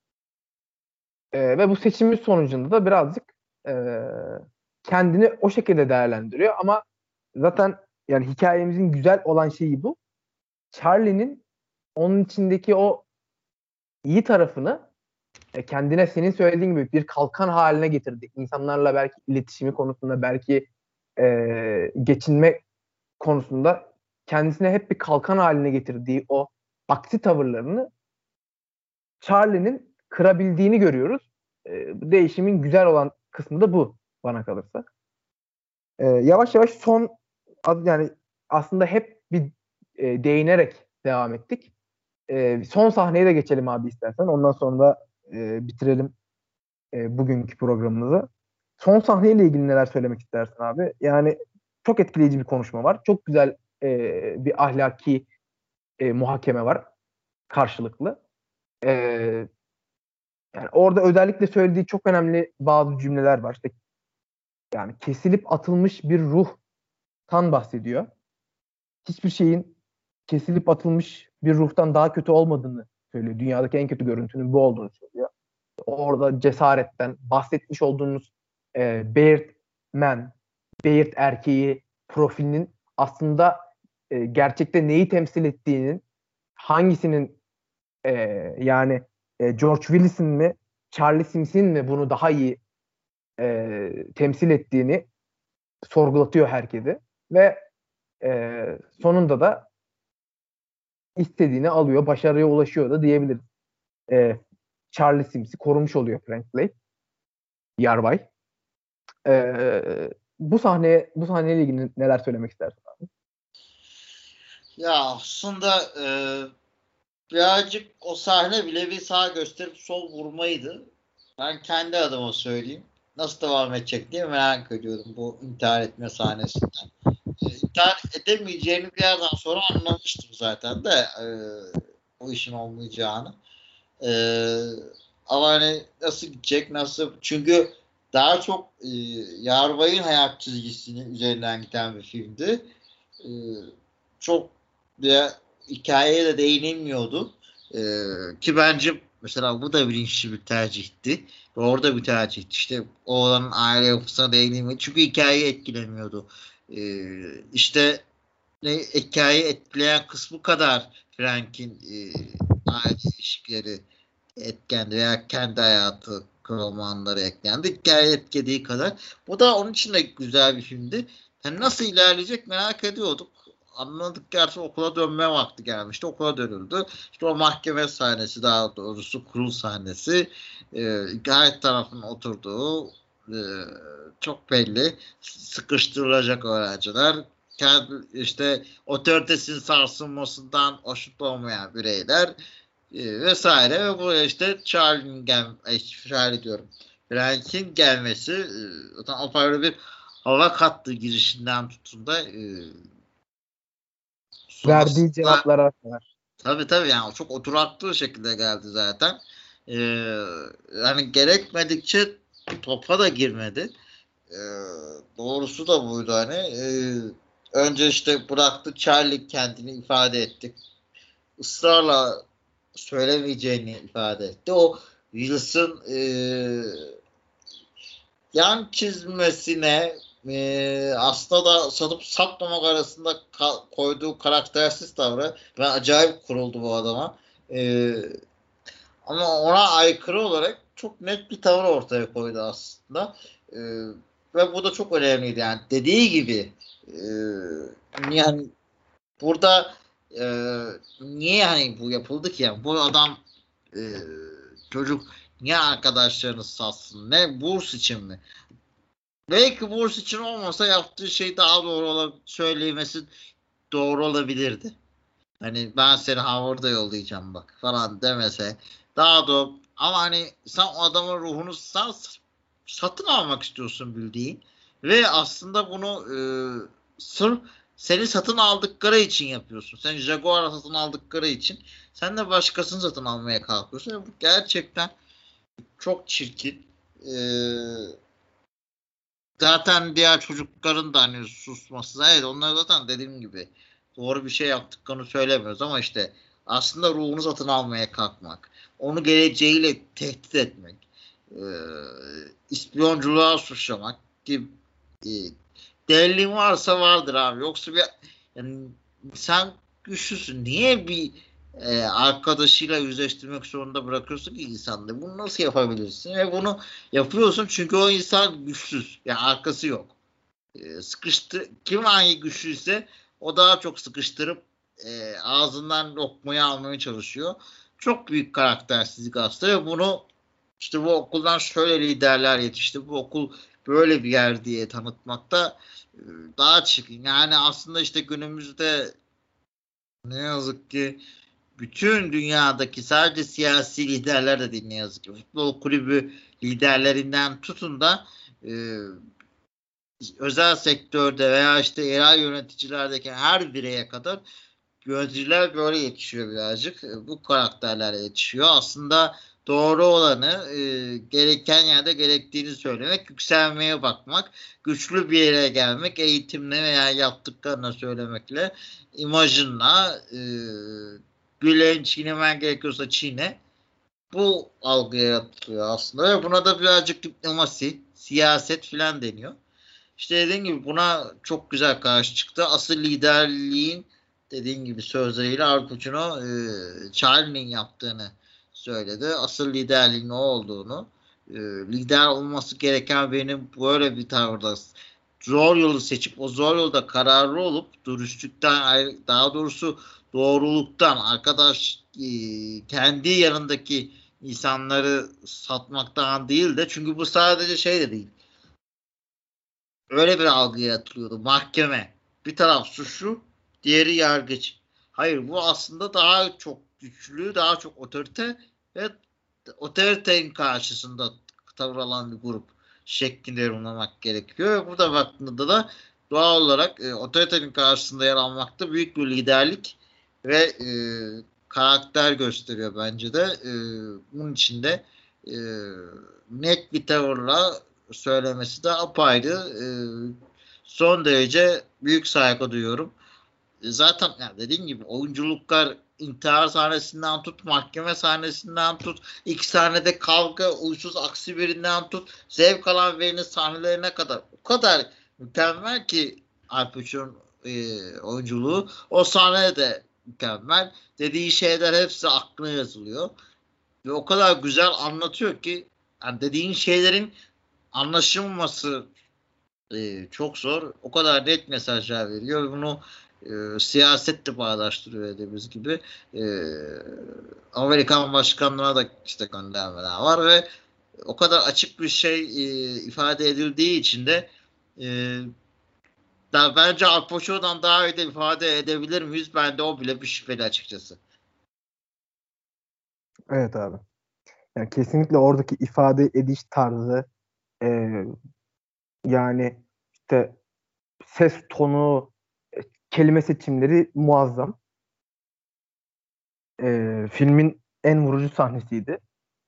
E, ve bu seçimin sonucunda da birazcık e, kendini o şekilde değerlendiriyor. Ama zaten yani hikayemizin güzel olan şeyi bu. Charlie'nin onun içindeki o iyi tarafını e, kendine senin söylediğin gibi bir kalkan haline getirdi. İnsanlarla belki iletişimi konusunda, belki e, geçinme konusunda kendisine hep bir kalkan haline getirdiği o aksi tavırlarını Charlie'nin kırabildiğini görüyoruz. E, bu değişimin güzel olan kısmı da bu bana kalırsa. E, yavaş yavaş son yani aslında hep bir e, değinerek devam ettik. E, son sahneye de geçelim abi istersen. Ondan sonra da e, bitirelim e, bugünkü programımızı. Son sahneyle ilgili neler söylemek istersin abi? Yani çok etkileyici bir konuşma var. Çok güzel e, bir ahlaki e, muhakeme var karşılıklı. E, Yani orada özellikle söylediği çok önemli bazı cümleler var. İşte yani kesilip atılmış bir ruhtan bahsediyor. Hiçbir şeyin kesilip atılmış bir ruhtan daha kötü olmadığını söylüyor. Dünyadaki en kötü görüntünün bu olduğunu söylüyor. Orada cesaretten bahsetmiş olduğunuz e, Bayard Man, Bayard erkeği profilinin aslında e, gerçekte neyi temsil ettiğinin, hangisinin e, yani e, George Willis'in mi Charlie Sims'in mi bunu daha iyi e, temsil ettiğini sorgulatıyor herkesi ve e, sonunda da istediğini alıyor, başarıya ulaşıyor da diyebiliriz. E, Charlie Sims'i korumuş oluyor Frank Blake, Yarbay. E, bu sahneye bu sahneyle ilgili neler söylemek istersin abi? Ya aslında e, birazcık o sahne bile bir sağ gösterip sol vurmaydı. Ben kendi adıma söyleyeyim. Nasıl devam edecek diye merak ediyorum bu intihar etme sahnesinden. E, intihar edemeyeceğini bir yerden sonra anlamıştım zaten de e, bu işin olmayacağını. E, Ama hani nasıl gidecek, nasıl? Çünkü daha çok e, Yarbay'ın hayat çizgisinin üzerinden giden bir filmdi. E, Çok bir hikayeye de değinilmiyordu. E, Ki bence mesela bu da bilinçli bir tercihti. Ve orada bir tercihti. İşte oğlanın aile yapısına değinilmedi. Çünkü hikayeyi etkilemiyordu. E, işte ne, hikayeyi etkileyen kısmı kadar Frank'in e, aile ilişkileri etkendi veya kendi hayatı romanları eklendi. Hikaye etkilediği kadar. Bu da onun için de güzel bir filmdi. Yani nasıl ilerleyecek merak ediyorduk. Anladık gerçi okula dönme vakti gelmişti. Okula dönüldü. İşte o mahkeme sahnesi, daha doğrusu kurul sahnesi, e, her tarafın oturduğu e, çok belli. Sıkıştırılacak öğrenciler. Kendi işte otoritesinin sarsılmasından hoşnut olmayan bireyler e, vesaire ve buraya işte Charlie'nin gel e, Charlie diyorum. Frank'in gelmesi e, zaten apayrı bir hava kattığı girişinden tutun da e, Verdiği sonrasında cevaplara kadar. tabii tabii yani çok oturaklı şekilde geldi zaten. E, Yani gerekmedikçe topa da girmedi. E, Doğrusu da buydu hani. E, önce işte bıraktı, Charlie kendini ifade etti. Israrla söylemeyeceğini ifade etti. O Wilson e, yan çizmesine e, aslında da satıp satmamak arasında ka- koyduğu karaktersiz tavrı ben acayip kuruldu bu adama. E, Ama ona aykırı olarak çok net bir tavır ortaya koydu aslında. E, Ve bu da çok önemliydi. Yani dediği gibi e, yani burada e, niye hani bu yapıldı ki yani bu adam e, çocuk niye arkadaşlarını satsın, ne burs için mi? Belki burs için olmasa yaptığı şey daha doğru olabilir, söylemesi doğru olabilirdi. Hani ben seni Harvard'a yollayacağım bak falan demese daha doğru, ama hani sen o adamın ruhunu sen satın almak istiyorsun bildiğin ve aslında bunu e, sırf seni satın aldıkları için yapıyorsun. Sen Jaguar'ı satın aldıkları için sen de başkasını satın almaya kalkıyorsun. Bu gerçekten çok çirkin. Ee, Zaten diğer çocukların da hani susması. Evet, onlar zaten dediğim gibi doğru bir şey yaptıklarını söylemiyoruz ama işte aslında ruhunu satın almaya kalkmak, onu geleceğiyle tehdit etmek, e, ispiyonculuğa suçlamak gibi e, delilin varsa vardır abi. Yoksa bir yani sen güçlüsün. Niye bir e, arkadaşıyla yüzleştirmek zorunda bırakıyorsun ki insanları? Bunu nasıl yapabilirsin? Ve bunu yapıyorsun çünkü o insan güçsüz. Yani arkası yok. E, sıkıştı kim hangi güçlüyse o daha çok sıkıştırıp e, ağzından lokmayı almaya çalışıyor. Çok büyük karaktersizlik aslında ve bunu işte bu okuldan şöyle liderler yetişti. Bu okul böyle bir yer diye tanıtmakta e, daha çirkin. Yani aslında işte günümüzde ne yazık ki bütün dünyadaki sadece siyasi liderler de değil ne yazık ki. Futbol kulübü liderlerinden tutun da e, özel sektörde veya işte yerel yöneticilerdeki her bireye kadar yöneticiler böyle yetişiyor birazcık. Bu karakterlerle yetişiyor. Aslında doğru olanı e, gereken yerde gerektiğini söylemek, yükselmeye bakmak, güçlü bir yere gelmek, eğitimle veya yaptıklarına söylemekle, imajınla e, gülen çiğnemen gerekiyorsa çiğne. Bu algı yaratılıyor aslında ve buna da birazcık diplomasi, siyaset filan deniyor. İşte dediğim gibi buna çok güzel karşı çıktı. Asıl liderliğin dediğim gibi sözleriyle Al Pacino e, Charlie'nin yaptığını söyledi. Asıl liderliğin o olduğunu, e, lider olması gereken benim böyle bir tavırda zor yolu seçip o zor yolda kararlı olup dürüstlükten, daha doğrusu doğruluktan, arkadaş e, kendi yanındaki insanları satmaktan değil de, çünkü bu sadece şey de değil. Öyle bir algı yaratılıyordu. Mahkeme. Bir taraf suçlu, diğeri yargıç. Hayır, bu aslında daha çok güçlü, daha çok otorite ve otoritenin karşısında tavır alan bir grup şeklinde yorumlamak gerekiyor. Burada baktığında da doğal olarak e, otoritenin karşısında yer almakta büyük bir liderlik ve e, karakter gösteriyor bence de. E, bunun için de e, net bir tavırla söylemesi de apayrı. E, son derece büyük saygı duyuyorum. E, zaten yani dediğim gibi oyunculuklar intihar sahnesinden tut, mahkeme sahnesinden tut, iki sahnede kavga, uysuz aksi birinden tut, zevk alan verinin sahnelerine kadar o kadar mükemmel ki Al Pacino'nun e, oyunculuğu. O sahne de mükemmel. Dediği şeyler hepsi aklına yazılıyor. Ve o kadar güzel anlatıyor ki yani dediğin şeylerin anlaşılması e, çok zor. O kadar net mesajlar veriyor. Bunu e, siyasetle bağdaştırıyor dediğimiz gibi. E, Amerikan başkanlığına da işte göndermeler var ve o kadar açık bir şey e, ifade edildiği için de e, da bence Al Pacino'dan daha iyi de ifade edebilir miyiz? Ben de o bile bir şüpheli açıkçası. Evet abi. Yani kesinlikle oradaki ifade ediş tarzı, e, yani işte ses tonu, e, kelime seçimleri muazzam. E, filmin en vurucu sahnesiydi.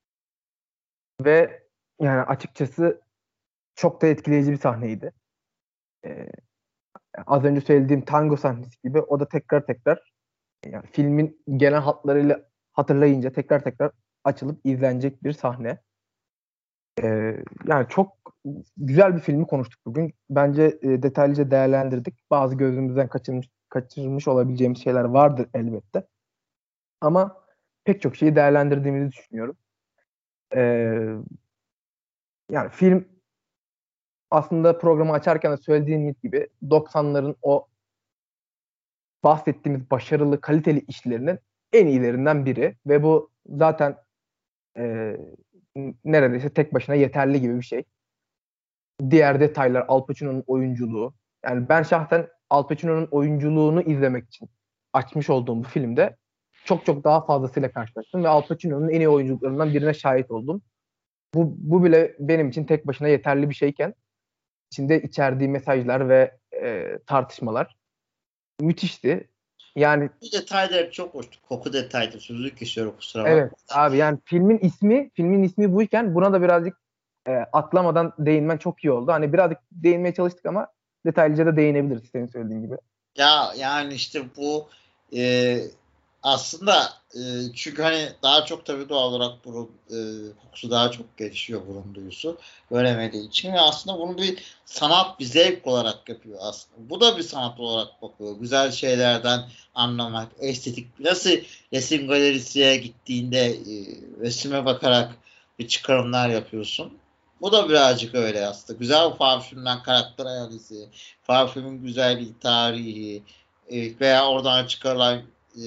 Ve yani açıkçası çok da etkileyici bir sahneydi. E, Az önce söylediğim tango sahnesi gibi o da tekrar tekrar, yani filmin genel hatlarıyla hatırlayınca tekrar tekrar açılıp izlenecek bir sahne. Ee, yani çok güzel bir filmi konuştuk bugün. Bence e, detaylıca değerlendirdik. Bazı gözümüzden kaçırmış, kaçırmış olabileceğimiz şeyler vardır elbette. Ama pek çok şeyi değerlendirdiğimizi düşünüyorum. Ee, Yani film aslında programı açarken de söylediğimiz gibi doksanların o bahsettiğimiz başarılı, kaliteli işlerinin en iyilerinden biri. Ve bu zaten e, neredeyse tek başına yeterli gibi bir şey. Diğer detaylar, Al Pacino'nun oyunculuğu. Yani ben şahsen Al Pacino'nun oyunculuğunu izlemek için açmış olduğum bu filmde çok çok daha fazlasıyla karşılaştım ve Al Pacino'nun en iyi oyunculuklarından birine şahit oldum. Bu, bu bile benim için tek başına yeterli bir şeyken içinde içerdiği mesajlar ve e, tartışmalar müthişti. Yani Bu detaylar çok hoştu. Koku detaydı. Sözlü kesiyorum, kusura evet bakma. abi, yani filmin ismi filmin ismi buyken buna da birazcık e, atlamadan değinmen çok iyi oldu. Hani birazcık değinmeye çalıştık ama detaylıca da değinebiliriz senin söylediğin gibi. Ya yani işte bu e, aslında e, çünkü hani daha çok tabii doğal olarak burun e, kokusu daha çok gelişiyor, burun duyusu göremediği için ve aslında bunu bir sanat, bir zevk olarak yapıyor aslında. Bu da bir sanat olarak bakıyor. Güzel şeylerden anlamak, estetik, nasıl resim galerisine gittiğinde e, resime bakarak bir çıkarımlar yapıyorsun. Bu da birazcık öyle aslında. Güzel bir parfümden karakter analizi, parfümün güzelliği, tarihi e, veya oradan çıkarılan e,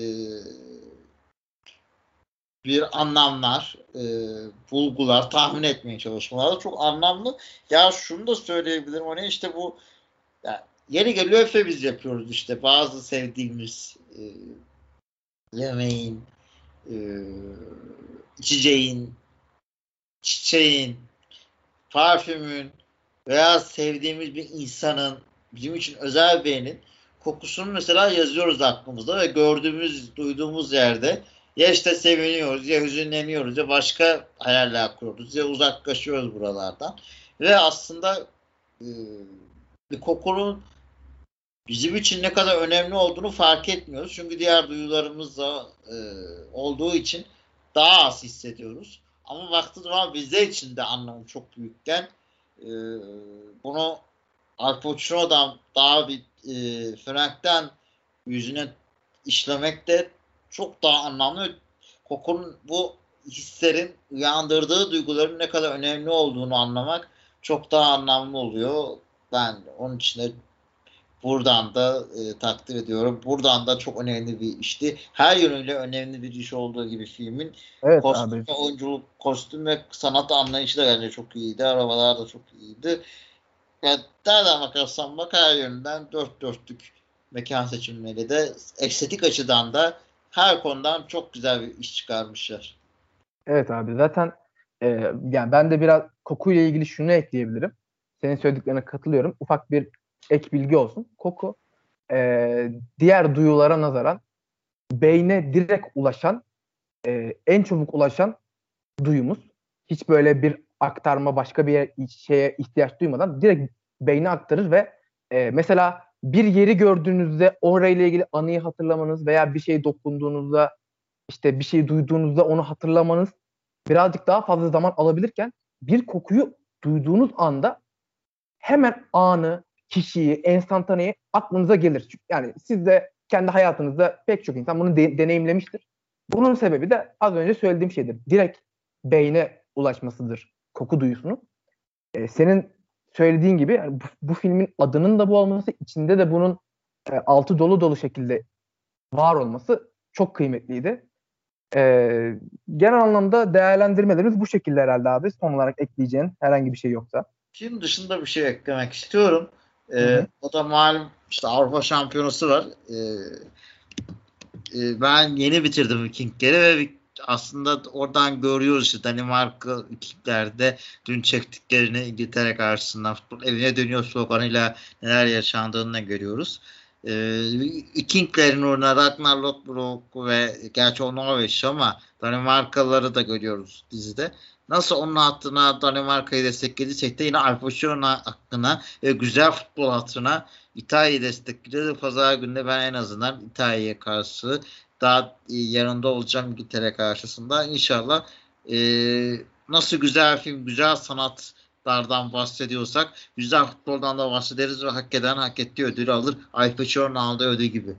bir anlamlar, e, bulgular, tahmin etmeye çalışmalar da çok anlamlı. Ya şunu da söyleyebilirim. Hani işte bu yani yeri geliyor hep biz yapıyoruz işte. Bazı sevdiğimiz e, yemeğin, e, içeceğin, çiçeğin, parfümün veya sevdiğimiz bir insanın, bizim için özel birinin kokusunu mesela yazıyoruz aklımızda ve gördüğümüz, duyduğumuz yerde ya işte seviniyoruz, ya hüzünleniyoruz, ya başka hayaller kuruyoruz, ya uzaklaşıyoruz buralardan. Ve aslında e, bir kokunun bizim için ne kadar önemli olduğunu fark etmiyoruz. Çünkü diğer duyularımızla e, olduğu için daha az hissediyoruz. Ama baktığı zaman bizler için de anlamı çok büyükken e, bunu Al Pacino'dan daha bir e, Frank'ten yüzüne işlemek de çok daha anlamlı. Kokunun bu hislerin uyandırdığı duyguların ne kadar önemli olduğunu anlamak çok daha anlamlı oluyor. Ben onun için de buradan da e, takdir ediyorum. Buradan da çok önemli bir işti. Her yönüyle önemli bir iş olduğu gibi filmin Evet kostüm abi. ve oyunculuk, kostüm ve sanat anlayışı da bence çok iyiydi. Arabalar da çok iyiydi. Yani nereden bakarsan bak her yönden dört dörtlük mekan seçimleri de estetik açıdan da her konudan çok güzel bir iş çıkarmışlar. Evet abi. Zaten e, yani ben de biraz kokuyla ilgili şunu ekleyebilirim. Senin söylediklerine katılıyorum. Ufak bir ek bilgi olsun. Koku e, diğer duyulara nazaran beyne direkt ulaşan, e, en çabuk ulaşan duyumuz. Hiç böyle bir aktarma, başka bir şeye ihtiyaç duymadan direkt beyne aktarır ve e, mesela bir yeri gördüğünüzde orayla ilgili anıyı hatırlamanız veya bir şey dokunduğunuzda, işte bir şey duyduğunuzda onu hatırlamanız birazcık daha fazla zaman alabilirken bir kokuyu duyduğunuz anda hemen anı, kişiyi, enstantaneyi aklınıza gelir. Yani siz de kendi hayatınızda pek çok insan bunu de- deneyimlemiştir. Bunun sebebi de az önce söylediğim şeydir. Direkt beyne ulaşmasıdır koku duyusunun. Ee, senin söylediğin gibi yani bu, bu filmin adının da bu olması, içinde de bunun e, altı dolu dolu şekilde var olması çok kıymetliydi. Ee, genel anlamda değerlendirmelerimiz bu şekilde herhalde abi. Son olarak ekleyeceğin herhangi bir şey yoksa. Film dışında bir şey eklemek istiyorum. Hı Ee, hı. o da malum işte Avrupa Şampiyonası var. Ee, e, ben yeni bitirdim Vikingleri ve aslında oradan görüyoruz işte Danimarka Vikingler'de dün çektiklerini İngiltere karşısında futbol evine dönüyor sloganıyla neler yaşandığını da görüyoruz. Ee, Vikinglerin uğruna Ragnar Lothbrok ve gerçi o Norveç ama Danimarkalıları da görüyoruz dizide. Nasıl onun hattına Danimarka'yı desteklediysek de yine Alpociano hakkına ve güzel futbol hatırına İtalya'yı destekledi. Pazar günde ben en azından İtalya'ya karşı daha yanında olacağım İngiltere karşısında. İnşallah e, nasıl güzel film, güzel sanatlardan bahsediyorsak güzel futboldan da bahsederiz ve hak eden hak ettiği ödülü alır. Al Pacino'nun aldığı ödül gibi.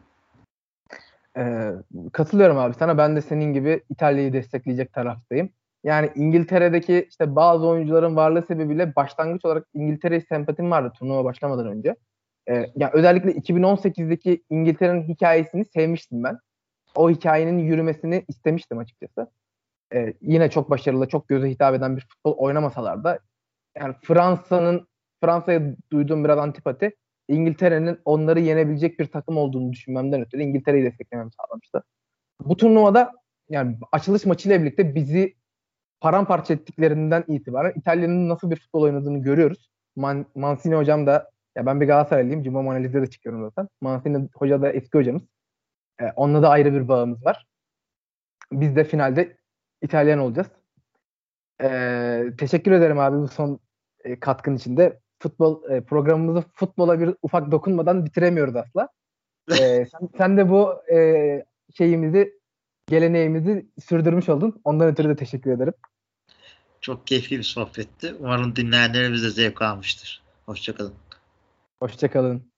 Ee, katılıyorum abi sana. Ben de senin gibi İtalya'yı destekleyecek taraftayım. Yani İngiltere'deki işte bazı oyuncuların varlığı sebebiyle başlangıç olarak İngiltere'ye sempatim vardı turnuva başlamadan önce. Ee, yani özellikle iki bin on sekizdeki İngiltere'nin hikayesini sevmiştim ben. O hikayenin yürümesini istemiştim açıkçası. Ee, yine çok başarılı, çok göze hitap eden bir futbol oynamasalar da yani Fransa'nın Fransa'ya duyduğum biraz antipati İngiltere'nin onları yenebilecek bir takım olduğunu düşünmemden ötürü İngiltere'yi desteklememi sağlamıştı. Bu turnuvada yani açılış maçıyla birlikte bizi paramparça ettiklerinden itibaren İtalya'nın nasıl bir futbol oynadığını görüyoruz. Man- Mancini hocam da ya ben bir Galatasaraylıyım. Cuma analizde de çıkıyorum zaten. Mancini hoca da eski hocamız. E, onunla da ayrı bir bağımız var. Biz de finalde İtalyan olacağız. E, teşekkür ederim abi bu son e, katkın içinde. Futbol e, programımızı futbola bir ufak dokunmadan bitiremiyoruz asla. E, sen, sen de bu e, şeyimizi, geleneğimizi sürdürmüş oldun. Ondan ötürü de teşekkür ederim. Çok keyifli bir sohbetti. Umarım dinleyenlerimiz de zevk almıştır. Hoşçakalın. Hoşçakalın.